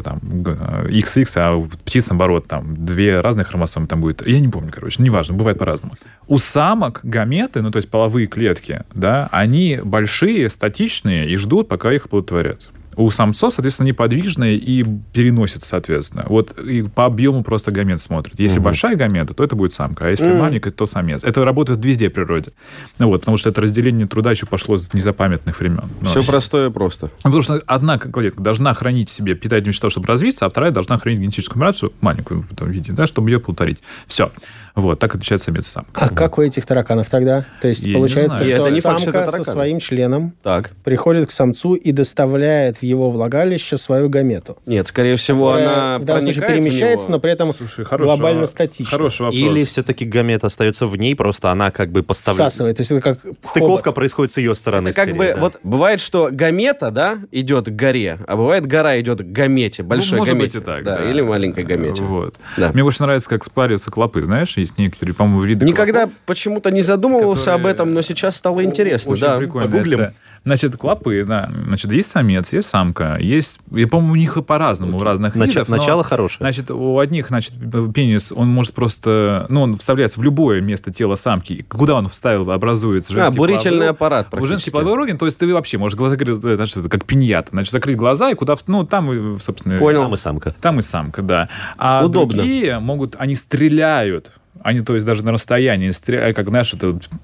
Speaker 4: XX, а у птиц, наоборот, там 2 разные хромосомы там будет. Я не помню, неважно, бывает по-разному. У самок гаметы, то есть половые клетки, да, они большие, статичные и ждут, пока их оплодотворят. У самцов, соответственно, неподвижные и переносятся, соответственно. И по объему просто гамет смотрят. Если большая гамета, то это будет самка, а если маленькая, то самец. Это работает везде в природе. Потому что это разделение труда еще пошло с незапамятных времен.
Speaker 3: Все простое просто.
Speaker 4: Потому что одна клетка должна хранить себе питательные вещества, чтобы развиться, а вторая должна хранить генетическую информацию, маленькую в этом виде, да, чтобы ее оплодотворить. Все. Так отличается самец и самка.
Speaker 5: А как у этих тараканов тогда? То есть получается, что самка со своим членом приходит к самцу и доставляет в его влагалище свою гамету.
Speaker 3: Нет, скорее всего, она
Speaker 5: в данном случае перемещается, но при этом глобально статична.
Speaker 4: Хороший вопрос.
Speaker 2: Или все-таки гамета остается в ней, просто она поставляет.
Speaker 5: Всасывает. То есть это как
Speaker 2: стыковка происходит с ее стороны.
Speaker 3: Это скорее, бывает, что гамета, да, идет к горе, а бывает гора идет к гамете, большой
Speaker 4: может
Speaker 3: гамете.
Speaker 4: Быть и так,
Speaker 3: да. Или маленькой гамете.
Speaker 4: Да. Мне больше нравится, как спариваются клопы, знаешь, есть некоторые, по-моему, виды
Speaker 3: Никогда
Speaker 4: клопов,
Speaker 3: почему-то не задумывался об этом, но сейчас стало интересно.
Speaker 4: Очень прикольно. Погуглим. Значит, клопы, да. Значит, есть самец, есть самка. Есть, я, по-моему, у них по-разному, у разных видов.
Speaker 2: Начало хорошее.
Speaker 4: Значит, у одних, пенис, он может просто... он вставляется в любое место тела самки. Куда он вставил, образуется женский
Speaker 3: бурительный аппарат практически.
Speaker 4: Женский половой орган, то есть ты вообще можешь глаза закрыть, значит, как пиньята. Значит, закрыть глаза, и куда... там, собственно...
Speaker 3: Понял.
Speaker 2: Там и самка.
Speaker 4: Там и самка, да. А
Speaker 3: удобно.
Speaker 4: Другие они стреляют. Они, то есть, даже на расстоянии стреляют, как, знаешь,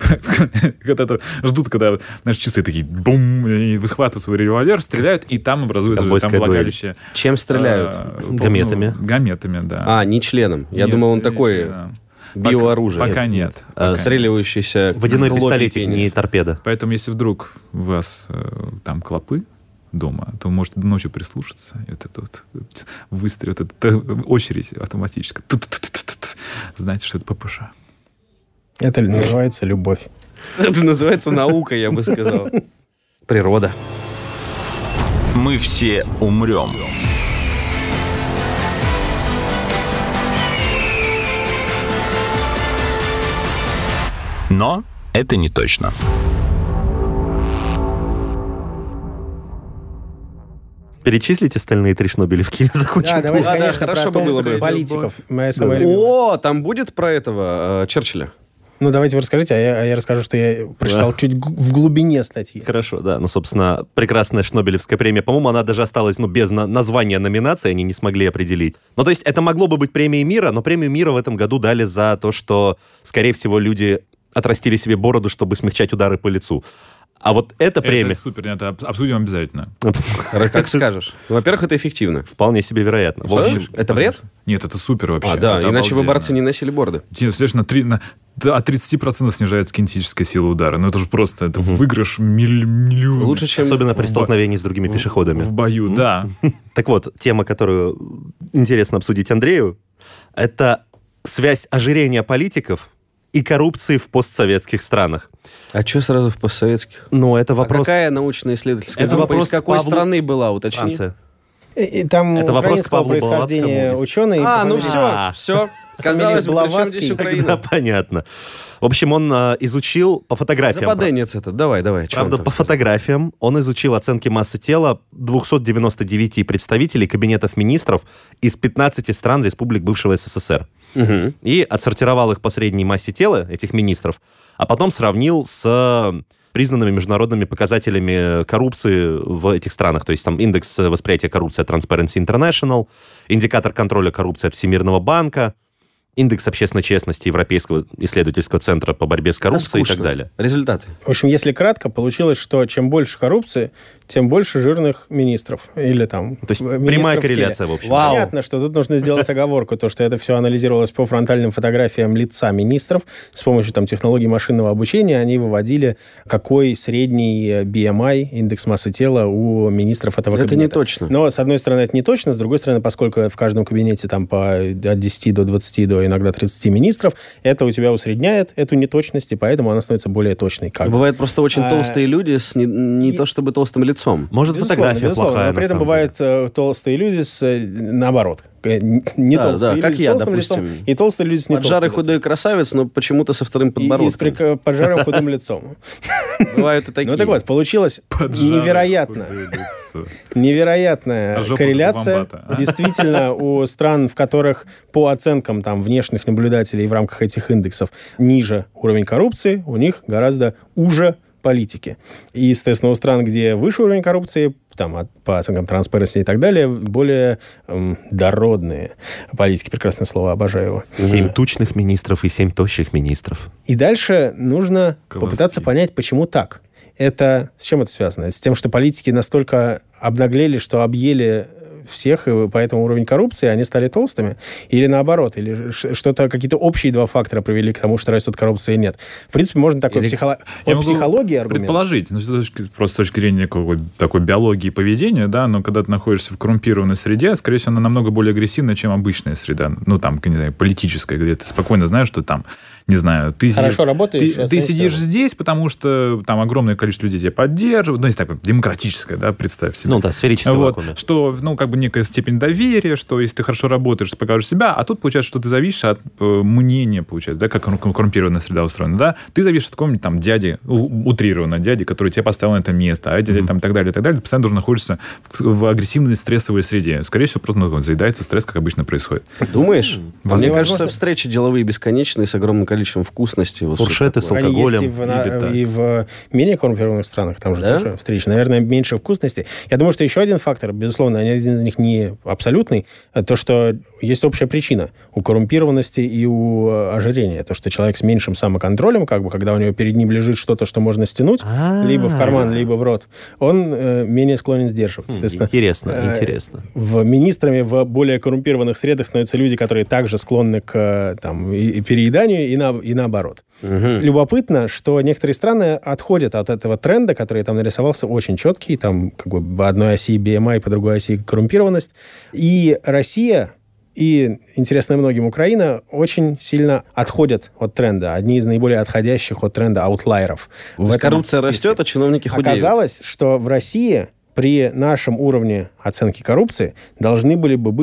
Speaker 4: ждут, когда, часы такие, бум, и выхватывают свой револьвер, стреляют, и там образуется там влагалище.
Speaker 3: Чем стреляют?
Speaker 2: Гаметами.
Speaker 4: Гаметами, да.
Speaker 3: Не членом. Я думал, он такой... Биооружие.
Speaker 4: Пока нет.
Speaker 3: Стреливающийся...
Speaker 2: Водяной пистолетик, не торпеда.
Speaker 4: Поэтому, если вдруг у вас там клопы дома, то может ночью прислушаться. И выстрел, очередь автоматически. Знаете, что это ППШ.
Speaker 5: Это называется любовь.
Speaker 3: Это называется наука, я бы сказал. Природа.
Speaker 1: Мы все умрем. Но это не точно.
Speaker 2: Перечислить остальные 3 шнобелевки или закончим?
Speaker 5: Да, давайте,
Speaker 3: Да,
Speaker 5: конечно,
Speaker 3: хорошо
Speaker 5: про
Speaker 3: было бы.
Speaker 5: политиков. Моя самая любимая.
Speaker 3: О, там будет про этого Черчилля?
Speaker 5: Ну, давайте вы расскажите, а я расскажу, что я прочитал чуть в глубине статьи.
Speaker 2: Хорошо, да. Ну, собственно, прекрасная шнобелевская премия. По-моему, она даже осталась, без названия номинации, они не смогли определить. Ну, то есть это могло бы быть премией мира, но премию мира в этом году дали за то, что, скорее всего, люди отрастили себе бороду, чтобы смягчать удары по лицу. А вот эта премия...
Speaker 4: Это супер, это обсудим обязательно.
Speaker 3: Как скажешь. Во-первых, это эффективно.
Speaker 2: Вполне себе вероятно. В общем,
Speaker 3: Это бред?
Speaker 4: Нет, это супер вообще.
Speaker 3: Да,
Speaker 4: Это
Speaker 3: иначе бы
Speaker 4: обалденно.
Speaker 3: борцы не носили борды.
Speaker 4: Следовательно, от 30% снижается кинетическая сила удара. Ну, это же просто это выигрыш миллион.
Speaker 3: Лучше, чем...
Speaker 2: особенно при столкновении с другими пешеходами.
Speaker 4: В бою, да.
Speaker 2: Так вот, тема, которую интересно обсудить Андрею, это связь ожирения политиков и коррупции в постсоветских странах.
Speaker 3: А что сразу в постсоветских?
Speaker 2: Ну, это вопрос...
Speaker 3: А какая научно-исследовательская
Speaker 2: Это
Speaker 3: группа
Speaker 2: вопрос
Speaker 3: из какой
Speaker 2: к Павлу-
Speaker 3: страны была, уточни?
Speaker 2: Франция.
Speaker 5: И там
Speaker 2: Это вопрос к
Speaker 5: украинского
Speaker 2: Павлу
Speaker 5: происхождения
Speaker 2: Блаватскому.
Speaker 5: ученый.
Speaker 3: Все. Казалось бы, при чем здесь
Speaker 2: Тогда
Speaker 3: Украина?
Speaker 2: понятно. В общем, он изучил по фотографиям...
Speaker 3: Западенец это. Давай. Чё он
Speaker 2: Правда,
Speaker 3: там
Speaker 2: по
Speaker 3: сказал?
Speaker 2: фотографиям он изучил оценки массы тела 299 представителей кабинетов министров из 15 стран республик бывшего СССР.
Speaker 3: Мгм.
Speaker 2: И отсортировал их по средней массе тела, этих министров, а потом сравнил с признанными международными показателями коррупции в этих странах. То есть там индекс восприятия коррупции от Transparency International, индикатор контроля коррупции от Всемирного банка, индекс общественной честности Европейского исследовательского центра по борьбе с коррупцией и так
Speaker 3: скучно.
Speaker 2: далее.
Speaker 3: Результаты.
Speaker 5: В общем, если кратко, получилось, что чем больше коррупции, тем больше жирных министров. Или там...
Speaker 2: То есть
Speaker 5: министров
Speaker 2: прямая
Speaker 5: в теле.
Speaker 2: корреляция, в общем.
Speaker 3: Вау.
Speaker 5: Понятно, что тут нужно сделать оговорку, то, что это все анализировалось по фронтальным фотографиям лица министров. С помощью там, технологий машинного обучения они выводили, какой средний BMI, индекс массы тела у министров этого
Speaker 3: Это
Speaker 5: кабинета.
Speaker 3: не точно.
Speaker 5: Но, с одной стороны, это не точно, с другой стороны, поскольку в каждом кабинете там от 10 до 20 до иногда 30 министров, это у тебя усредняет эту неточность, и поэтому она становится более точной. Как бы.
Speaker 3: Бывают просто очень толстые люди с не то чтобы толстым лицом.
Speaker 2: Может, фотография плохая,
Speaker 5: но при
Speaker 2: на
Speaker 5: этом
Speaker 2: самом
Speaker 5: бывают толстые люди с, наоборот, не
Speaker 3: Да,
Speaker 5: толстые люди
Speaker 3: как
Speaker 5: с
Speaker 3: я,
Speaker 5: толстым
Speaker 3: допустим.
Speaker 5: лицом, и толстые люди с не
Speaker 3: Поджарый
Speaker 5: толстым
Speaker 3: худой
Speaker 5: лицом.
Speaker 3: красавец, но почему-то со вторым
Speaker 5: И с
Speaker 3: подбородком.
Speaker 5: поджарым худым лицом.
Speaker 3: Бывают и такие.
Speaker 5: Ну так вот, получилась невероятная
Speaker 4: А жопа
Speaker 5: корреляция.
Speaker 4: вомбата, а?
Speaker 5: Действительно, у стран, в которых по оценкам там, внешних наблюдателей в рамках этих индексов ниже уровень коррупции, у них гораздо уже политики. И, естественно, у стран, где выше уровень коррупции, там, по оценкам Transparency и так далее, более дородные политики. Прекрасное слово, обожаю его.
Speaker 2: 7 тучных министров и 7 тощих министров.
Speaker 5: И дальше нужно
Speaker 4: Колоски.
Speaker 5: попытаться понять, почему так. Это с чем это связано? Это с тем, что политики настолько обнаглели, что объели всех, и поэтому уровень коррупции, они стали толстыми? Или наоборот? Или что-то, какие-то общие два фактора привели к тому, что растет коррупция и нет? В принципе, можно такой
Speaker 4: Я могу
Speaker 5: психологии аргумент.
Speaker 4: предположить, ну, просто с точки зрения какой такой биологии и поведения, да, но когда ты находишься в коррумпированной среде, скорее всего, она намного более агрессивная, чем обычная среда, ну, там, не знаю, политическая, где ты спокойно знаешь, что там, не знаю, ты
Speaker 5: Хорошо работаешь,
Speaker 4: ты
Speaker 5: останешься
Speaker 4: сидишь
Speaker 5: дома.
Speaker 4: здесь, потому что там огромное количество людей тебя поддерживают, ну, есть такое демократическое, да, представь себе.
Speaker 2: Ну да, сферическое
Speaker 4: Вот,
Speaker 2: вакууме.
Speaker 4: что, ну, как бы некая степень доверия, что если ты хорошо работаешь, ты покажешь себя, а тут получается, что ты зависишь от мнения, получается, да, как коррумпированная среда устроена, да, ты зависишь от какого-нибудь там дяди, утрированно дяди, который тебя поставил на это место, а эти дяди там и так далее, ты постоянно должен находиться в агрессивной стрессовой среде. Скорее всего, просто заедается стресс, как обычно происходит.
Speaker 3: Думаешь?
Speaker 5: Возможно.
Speaker 3: Мне кажется, встречи деловые бесконечные с огромным количеством вкусностей. Вот
Speaker 2: Фуршеты
Speaker 3: что
Speaker 2: с
Speaker 3: такое.
Speaker 5: Они есть
Speaker 2: алкоголем.
Speaker 5: и в менее коррумпированных странах, там же
Speaker 3: Да?
Speaker 5: тоже встречи. Наверное, меньше вкусности. Я думаю, что еще один фактор, безусловно, один из них не абсолютный, то, что есть общая причина у коррумпированности и у ожирения. То, что человек с меньшим самоконтролем, как бы, когда у него перед ним лежит что-то, что можно стянуть, либо в карман, либо в рот, он менее склонен сдерживаться. Естественно,
Speaker 2: Интересно.
Speaker 5: министрами в более коррумпированных средах становятся люди, которые также склонны к там, и перееданию, и наоборот. Любопытно, что некоторые страны отходят от этого тренда, который там нарисовался очень четкий, там как бы по одной оси BMI, по другой оси коррумпированность. И Россия, и, интересно многим, Украина очень сильно отходят от тренда. Одни из наиболее отходящих от тренда аутлайеров.
Speaker 3: То есть коррупция растет, а чиновники худеют.
Speaker 5: Оказалось, что в России при нашем уровне оценки коррупции должны были бы быть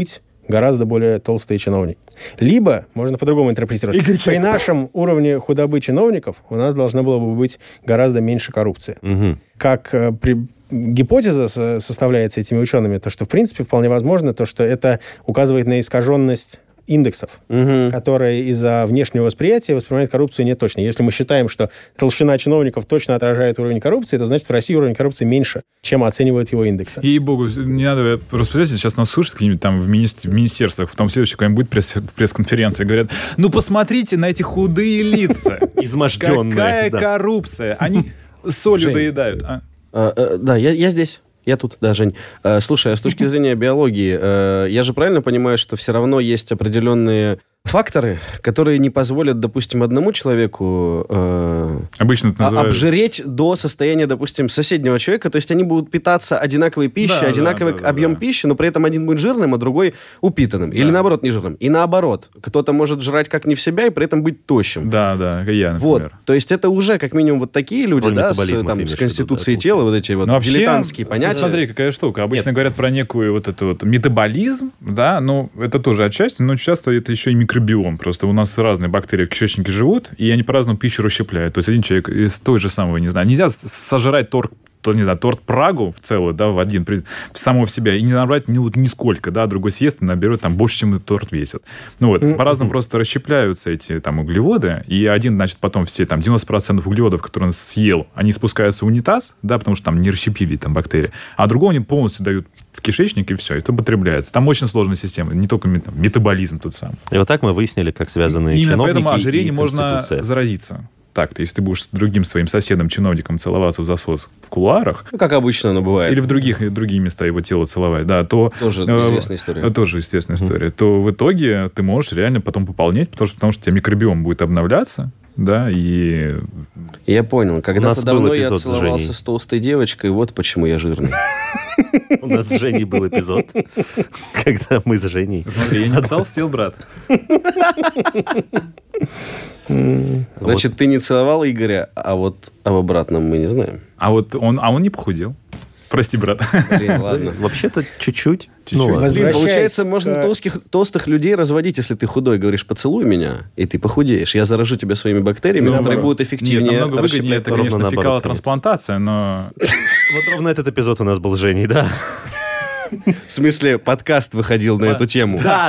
Speaker 5: гораздо более толстые чиновники. Либо, можно по-другому интерпретировать, при нашем уровне худобы чиновников у нас должна была бы быть гораздо меньше коррупции. Как гипотеза составляется этими учеными, то, что, в принципе, вполне возможно, то, что это указывает на искаженность индексов, которые из-за внешнего восприятия воспринимают коррупцию не точно. Если мы считаем, что толщина чиновников точно отражает уровень коррупции, то значит в России уровень коррупции меньше, чем оценивают его индексы.
Speaker 4: Ей-богу, не надо распределять, сейчас нас слушают какие-нибудь там в министерствах, в том следующем какая-нибудь будет пресс-конференция, говорят, ну посмотрите на эти худые лица.
Speaker 2: Изможденные.
Speaker 4: Какая коррупция. Они солью доедают.
Speaker 3: Да, я здесь. Я тут, да, Жень. Слушай, а с точки зрения биологии, я же правильно понимаю, что все равно есть определенные факторы, которые не позволят, допустим, одному человеку
Speaker 4: обычно это называют...
Speaker 3: обжиреть до состояния, допустим, соседнего человека. То есть они будут питаться одинаковой пищей, одинаковый объем пищи, но при этом один будет жирным, а другой упитанным. Или наоборот, не жирным. И наоборот. Кто-то может жрать как не в себя и при этом быть тощим.
Speaker 4: Да, я, например.
Speaker 3: Вот. То есть это уже как минимум вот такие люди, да, с конституцией тела, вот эти вот дилетантские понятия.
Speaker 4: Смотри, какая штука. Обычно говорят про некую вот это вот метаболизм, да, но это тоже отчасти, но часто это еще и микробиом. Просто у нас разные бактерии в кишечнике живут, и они по-разному пищу расщепляют. То есть один человек из той же самого, не знаю, нельзя сожрать торт Прагу в целую, да, в один, самого в себя, и не набрать нисколько, да, другой съест и наберет там больше, чем этот торт весит. Ну вот, по-разному просто расщепляются эти там углеводы, и один, значит, потом все там 90% углеводов, которые он съел, они спускаются в унитаз, да, потому что там не расщепили там бактерии, а другого они полностью дают в кишечник, и все, это употребляется. Там очень сложная система, не только метаболизм тот самый.
Speaker 2: И вот так мы выяснили, как связаны
Speaker 4: именно
Speaker 2: чиновники
Speaker 4: поэтому ожирение
Speaker 2: и
Speaker 4: можно заразиться. Так-то, если ты будешь с другим своим соседом-чиновником целоваться в засос в кулуарах...
Speaker 3: Ну, как обычно оно бывает.
Speaker 4: Или в другие места его тела целовать, да, то...
Speaker 3: Тоже известная история.
Speaker 4: Тоже естественная история. То в итоге ты можешь реально потом пополнять, потому что у тебя микробиом будет обновляться, да, и...
Speaker 3: Я понял. Когда-то давно я целовался с толстой девочкой, вот почему я жирный.
Speaker 2: У нас с Женей был эпизод, когда мы с Женей...
Speaker 4: Смотри, я не толстел, брат.
Speaker 3: Значит, ты не целовал Игоря, а вот об обратном мы не знаем.
Speaker 4: А он не похудел. Прости, брат.
Speaker 3: Блин, ладно.
Speaker 2: Вообще-то чуть-чуть.
Speaker 3: Блин, получается, можно толстых людей разводить, если ты худой. Говоришь, поцелуй меня, и ты похудеешь. Я заражу тебя своими бактериями, которые будут эффективнее.
Speaker 4: Нет, намного выгоднее. Это, конечно, фекалотрансплантация, но...
Speaker 2: Вот ровно этот эпизод у нас был с Женей, да.
Speaker 3: В смысле, подкаст выходил на эту тему.
Speaker 2: Да.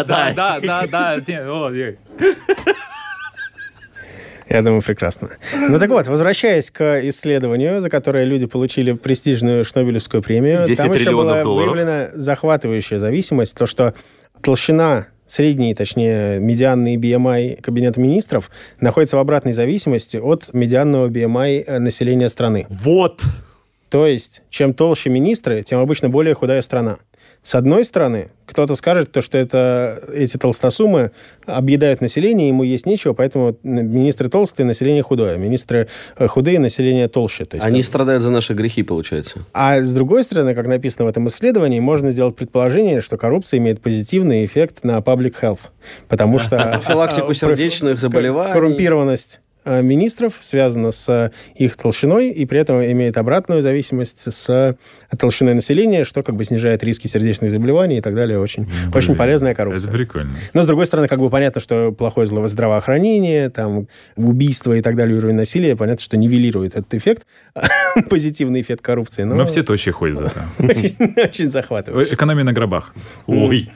Speaker 5: Я думаю, прекрасно. Ну так вот, возвращаясь к исследованию, за которое люди получили престижную Шнобелевскую премию, там еще была выявлена захватывающая зависимость, то, что толщина средний, точнее, медианный BMI Кабинета министров находится в обратной зависимости от медианного BMI населения страны.
Speaker 2: Вот!
Speaker 5: То есть, чем толще министры, тем обычно более худая страна. С одной стороны, кто-то скажет, что эти толстосумы объедают население, ему есть нечего, поэтому министры толстые, население худое. Министры худые, население толще. То есть,
Speaker 3: они страдают за наши грехи, получается.
Speaker 5: А с другой стороны, как написано в этом исследовании, можно сделать предположение, что коррупция имеет позитивный эффект на public health. Потому что...
Speaker 3: Профилактику сердечных заболеваний.
Speaker 5: Коррумпированность министров связана с их толщиной и при этом имеет обратную зависимость с толщиной населения, что как бы снижает риски сердечных заболеваний и так далее. Очень полезная коррупция.
Speaker 4: Это прикольно.
Speaker 5: Но, с другой стороны, как бы понятно, что плохое здравоохранение, там, убийство и так далее, уровень насилия, понятно, что нивелирует этот эффект, позитивный эффект коррупции.
Speaker 4: Но все тощие ходят за это.
Speaker 5: Очень захватывающе.
Speaker 4: Экономия на гробах.
Speaker 2: Ой.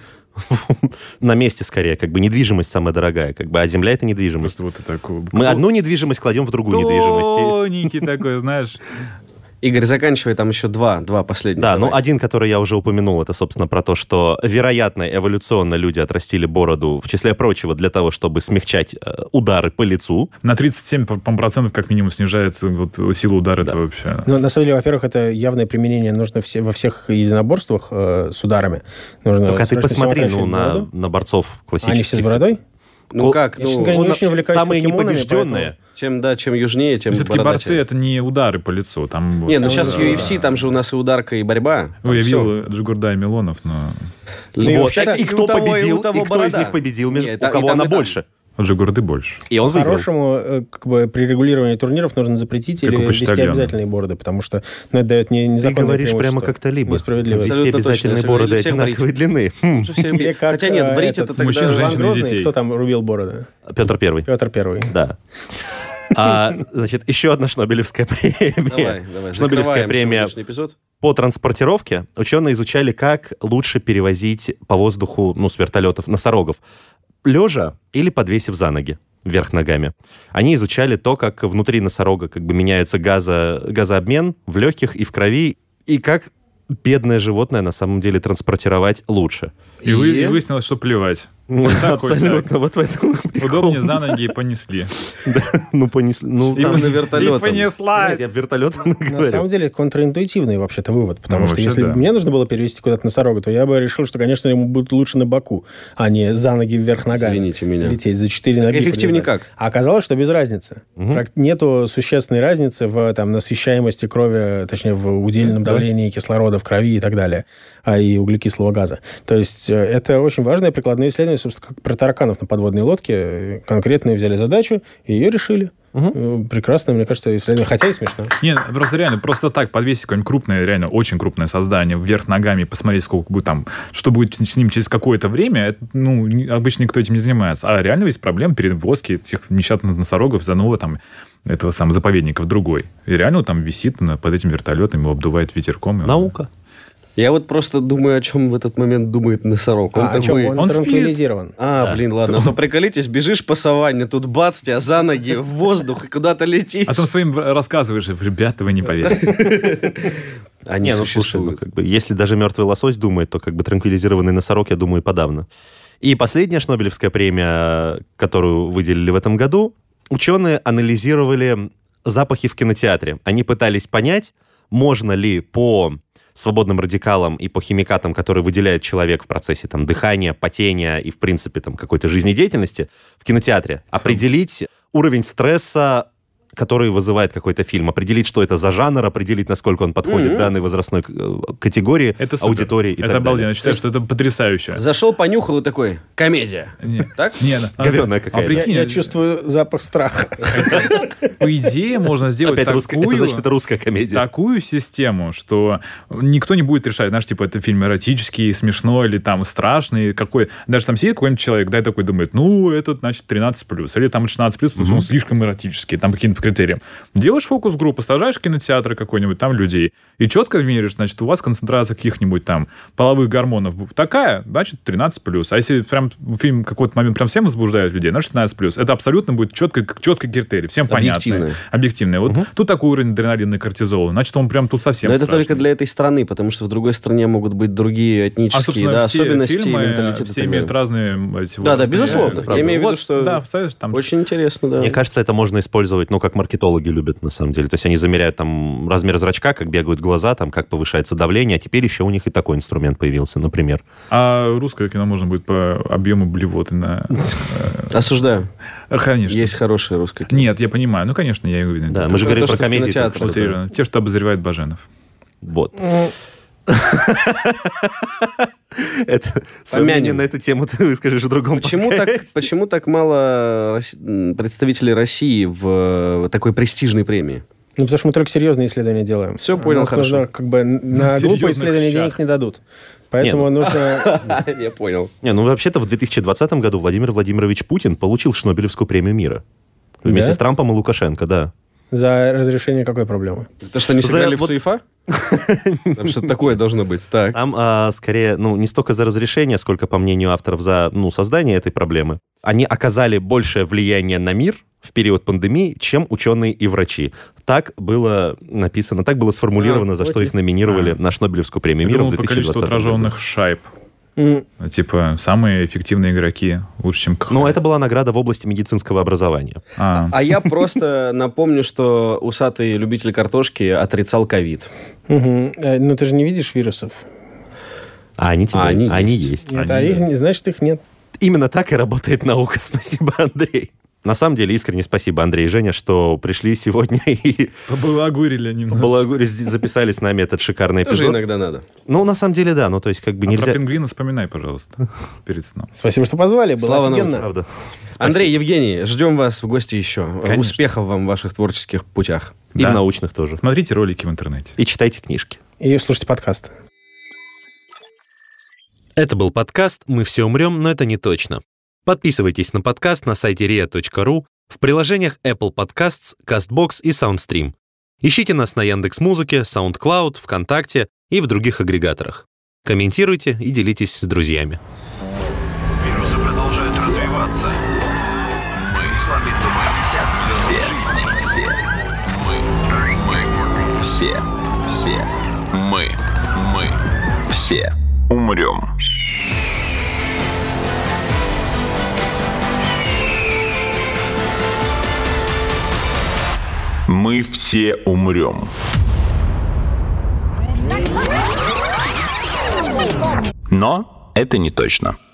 Speaker 2: На месте скорее, как бы недвижимость самая дорогая, как бы, а земля — это недвижимость.
Speaker 4: Просто вот это
Speaker 2: Мы одну недвижимость кладем в другую недвижимость.
Speaker 4: Тоненький такой, знаешь.
Speaker 3: Игорь, заканчивай, там еще два последних.
Speaker 2: Да, ну один, который я уже упомянул, это, собственно, про то, что, вероятно, эволюционно люди отрастили бороду, в числе прочего, для того, чтобы смягчать удары по лицу.
Speaker 4: На 37% как минимум снижается вот сила удара, это вообще...
Speaker 5: Ну, на самом деле, во-первых, это явное применение нужно во всех единоборствах с ударами.
Speaker 2: Только ты посмотри на борцов классических.
Speaker 5: Они все с бородой?
Speaker 3: Ну как?
Speaker 2: Самые непобежденные.
Speaker 3: Чем южнее, тем
Speaker 4: все-таки борцы — это не удары по лицу. Там,
Speaker 3: нет, ну сейчас UFC, там же у нас и ударка, и борьба.
Speaker 4: Ну, я видел Джигурда и Милонов, но...
Speaker 2: И кто победил? И кто из них победил? У кого она больше?
Speaker 4: От Джигурды больше.
Speaker 2: И он выиграл.
Speaker 5: По-хорошему, как бы при регулировании турниров нужно запретить
Speaker 4: Как
Speaker 5: или
Speaker 4: у
Speaker 5: ввести
Speaker 4: почтальона.
Speaker 5: обязательные бороды, потому что это дает
Speaker 2: Ты
Speaker 5: незаконное
Speaker 2: говоришь
Speaker 5: преимущество.
Speaker 2: прямо как-то либо.
Speaker 5: Несправедливо.
Speaker 2: Ввести
Speaker 3: Абсолютно
Speaker 2: обязательные
Speaker 3: точно.
Speaker 2: бороды
Speaker 3: Если всех
Speaker 2: одинаковой длины.
Speaker 3: Лучше всем
Speaker 5: Или
Speaker 3: брить.
Speaker 5: как,
Speaker 3: Хотя нет, брить
Speaker 5: этот
Speaker 3: это тогда...
Speaker 4: мужчин,
Speaker 5: Иван
Speaker 4: женщин и
Speaker 5: Грозный,
Speaker 4: детей.
Speaker 5: кто там рубил бороды?
Speaker 2: Петр Первый.
Speaker 5: Петр Первый.
Speaker 2: Да. Значит, еще одна Шнобелевская премия.
Speaker 3: Давай.
Speaker 2: Шнобелевская
Speaker 3: Закрываем
Speaker 2: премия
Speaker 3: сегодняшний эпизод.
Speaker 2: по транспортировке. Ученые изучали, как лучше перевозить по воздуху, с вертолетов, носорогов. Лежа или подвесив за ноги, вверх ногами. Они изучали то, как внутри носорога меняется газообмен в легких и в крови, и как бедное животное на самом деле транспортировать лучше.
Speaker 4: И выяснилось, что плевать.
Speaker 2: Абсолютно, вот в этом прикол.
Speaker 4: Удобнее за ноги и понесли.
Speaker 2: Понесли.
Speaker 3: Именно вертолетом.
Speaker 4: И понесла.
Speaker 2: Я вертолетом
Speaker 5: На
Speaker 2: говорю.
Speaker 5: самом деле контринтуитивный вообще-то вывод, потому что
Speaker 4: вообще
Speaker 5: если
Speaker 4: да.
Speaker 5: бы мне нужно было перевести куда-то носорога, то я бы решил, что, конечно, ему будет лучше на боку, а не за ноги вверх ногами.
Speaker 3: Извините меня.
Speaker 5: Лететь за 4 ноги.
Speaker 3: Эффективнее
Speaker 5: привязать.
Speaker 3: как?
Speaker 5: А оказалось, что без разницы. Нету существенной разницы в насыщаемости крови, точнее, в удельном давлении кислорода в крови и так далее, и углекислого газа. То есть это очень важное прикладное исследование, собственно, как про тараканов на подводной лодке. Конкретные взяли задачу, и ее решили. Прекрасное, мне кажется, исследование. Хотя и смешно.
Speaker 4: Не, просто реально, просто так подвесить какое-нибудь крупное, реально очень крупное создание вверх ногами и посмотреть, сколько будет там, что будет с ним через какое-то время, это, обычно никто этим не занимается. А реально есть проблема перевозки этих несчастных носорогов из одного этого самого заповедника в другой. И реально там висит под этим вертолетом, его обдувает ветерком.
Speaker 2: Наука.
Speaker 3: Я вот просто думаю, о чем в этот момент думает носорог. Он
Speaker 5: о чем?
Speaker 3: такой...
Speaker 5: Он
Speaker 4: спит.
Speaker 5: транквилизирован.
Speaker 3: Ладно. А то приколитесь, бежишь по саванне, тут бац, тебя за ноги в воздух и куда-то летишь.
Speaker 4: А потом своим рассказываешь, ребята, вы не поверите.
Speaker 3: Они
Speaker 2: Слушай,
Speaker 3: существуют.
Speaker 2: если даже мертвый лосось думает, то транквилизированный носорог, я думаю, подавно. И последняя Шнобелевская премия, которую выделили в этом году, ученые анализировали запахи в кинотеатре. Они пытались понять, можно ли по свободным радикалам и по химикатам, которые выделяет человек в процессе дыхания, потения и, в принципе, какой-то жизнедеятельности в кинотеатре, определить уровень стресса, который вызывает какой-то фильм, определить, что это за жанр, определить, насколько он подходит данной возрастной категории,
Speaker 4: Это супер.
Speaker 2: аудитории и так
Speaker 4: Это обалденно.
Speaker 2: далее.
Speaker 4: Я считаю, что это потрясающе.
Speaker 3: Зашел, понюхал и такой, комедия.
Speaker 4: Нет.
Speaker 3: Так?
Speaker 4: Нет.
Speaker 2: Говёная какая-то.
Speaker 4: прикинь,
Speaker 5: Я чувствую запах страха.
Speaker 4: по идее, можно сделать
Speaker 2: Опять русская, это значит, это русская комедия.
Speaker 4: такую систему, что никто не будет решать, знаешь, это фильм эротический, смешной или страшный, какой. Даже там сидит какой-нибудь человек, да, и такой думает, этот, значит, 13+, или там 16+, потому что он слишком эротический, там каким-то критериям. Делаешь фокус-группу, сажаешь в кинотеатр какой-нибудь, там людей, и четко меряешь, значит, у вас концентрация каких-нибудь половых гормонов такая, значит, 13+. А если прям фильм в какой-то момент прям всем возбуждает людей, значит, 16+. Это абсолютно будет четкий критерий, всем понятно. Объективный. Вот тут такой уровень адреналина и кортизола, значит, он прям тут совсем
Speaker 3: Но это
Speaker 4: страшный.
Speaker 3: только для этой страны, потому что в другой стране могут быть другие этнические
Speaker 4: собственно, все
Speaker 3: особенности
Speaker 4: фильмы,
Speaker 3: и менталитет.
Speaker 4: все имеют разные
Speaker 3: Да, безусловно. Я имею в виду, что
Speaker 4: Да, представляешь, там...
Speaker 3: очень интересно, да.
Speaker 2: Мне кажется, это можно использовать, как маркетологи любят, на самом деле. То есть они замеряют размер зрачка, как бегают глаза, как повышается давление, а теперь еще у них и такой инструмент появился, например.
Speaker 4: А русское кино можно будет по объему блевоты на...
Speaker 3: Осуждаю.
Speaker 4: Конечно.
Speaker 3: Есть хорошее русское кино.
Speaker 4: Нет, я понимаю. Конечно, я уверен.
Speaker 2: Да, мы же говорим
Speaker 3: то,
Speaker 2: про
Speaker 3: что в
Speaker 2: комедии.
Speaker 3: кинотеатре,
Speaker 2: только что.
Speaker 4: Утрированно. Те, что обозревает Баженов.
Speaker 2: Вот. Это свое мнение на эту тему ты выскажешь в другом подкасте.
Speaker 3: Почему так мало представителей России в такой престижной премии?
Speaker 5: Потому что мы только серьезные исследования делаем.
Speaker 3: Все понял,
Speaker 5: хорошо. Нужно, на глупые исследования денег не дадут. Поэтому нужно...
Speaker 3: Я понял.
Speaker 2: Вообще-то в 2020 году Владимир Владимирович Путин получил Шнобелевскую премию мира. Вместе с Трампом и Лукашенко, да.
Speaker 5: За разрешение какой проблемы?
Speaker 3: То, что они сыграли в ЦУЕФА? Там что-то такое должно быть. Так.
Speaker 2: Там скорее, не столько за разрешение, сколько, по мнению авторов, за создание этой проблемы. Они оказали большее влияние на мир в период пандемии, чем ученые и врачи. Так было написано, так было сформулировано, за что их номинировали на Шнобелевскую премию мира в 2020
Speaker 4: по количеству
Speaker 2: году.
Speaker 4: отраженных шайб. Самые эффективные игроки лучше, чем КХЛ.
Speaker 2: Это была награда в области медицинского образования.
Speaker 3: А я просто напомню, что усатый любитель картошки отрицал ковид.
Speaker 5: Но ты же не видишь вирусов.
Speaker 2: Они есть.
Speaker 5: Нет, значит, их нет.
Speaker 2: Именно так и работает наука. Спасибо, Андрей. На самом деле, искренне спасибо, Андрей и Женя, что пришли сегодня и
Speaker 4: Побалагурили немного.
Speaker 2: записали с нами этот шикарный
Speaker 3: Тоже
Speaker 2: эпизод.
Speaker 3: иногда надо.
Speaker 2: Ну, на самом деле, да. Ну, то есть, как бы
Speaker 4: Про
Speaker 2: нельзя...
Speaker 4: пингвина вспоминай, пожалуйста, перед сном.
Speaker 5: Спасибо, что позвали. Было
Speaker 3: Слава
Speaker 5: офигенно.
Speaker 3: науке.
Speaker 2: Правда.
Speaker 3: Андрей, Евгений, ждем вас в гости еще.
Speaker 4: Конечно.
Speaker 3: Успехов вам в ваших творческих путях.
Speaker 2: И
Speaker 4: Да.
Speaker 2: в научных тоже.
Speaker 4: Смотрите ролики в интернете.
Speaker 2: И читайте книжки.
Speaker 5: И слушайте подкасты.
Speaker 1: Это был подкаст «Мы все умрем, но это не точно». Подписывайтесь на подкаст на сайте ria.ru, в приложениях Apple Podcasts, CastBox и SoundStream. Ищите нас на Яндекс.Музыке, SoundCloud, ВКонтакте и в других агрегаторах. Комментируйте и делитесь с друзьями.
Speaker 11: Вирусы продолжают развиваться. Мы слабится мы все умрем. Мы все умрем.
Speaker 1: Но это не точно.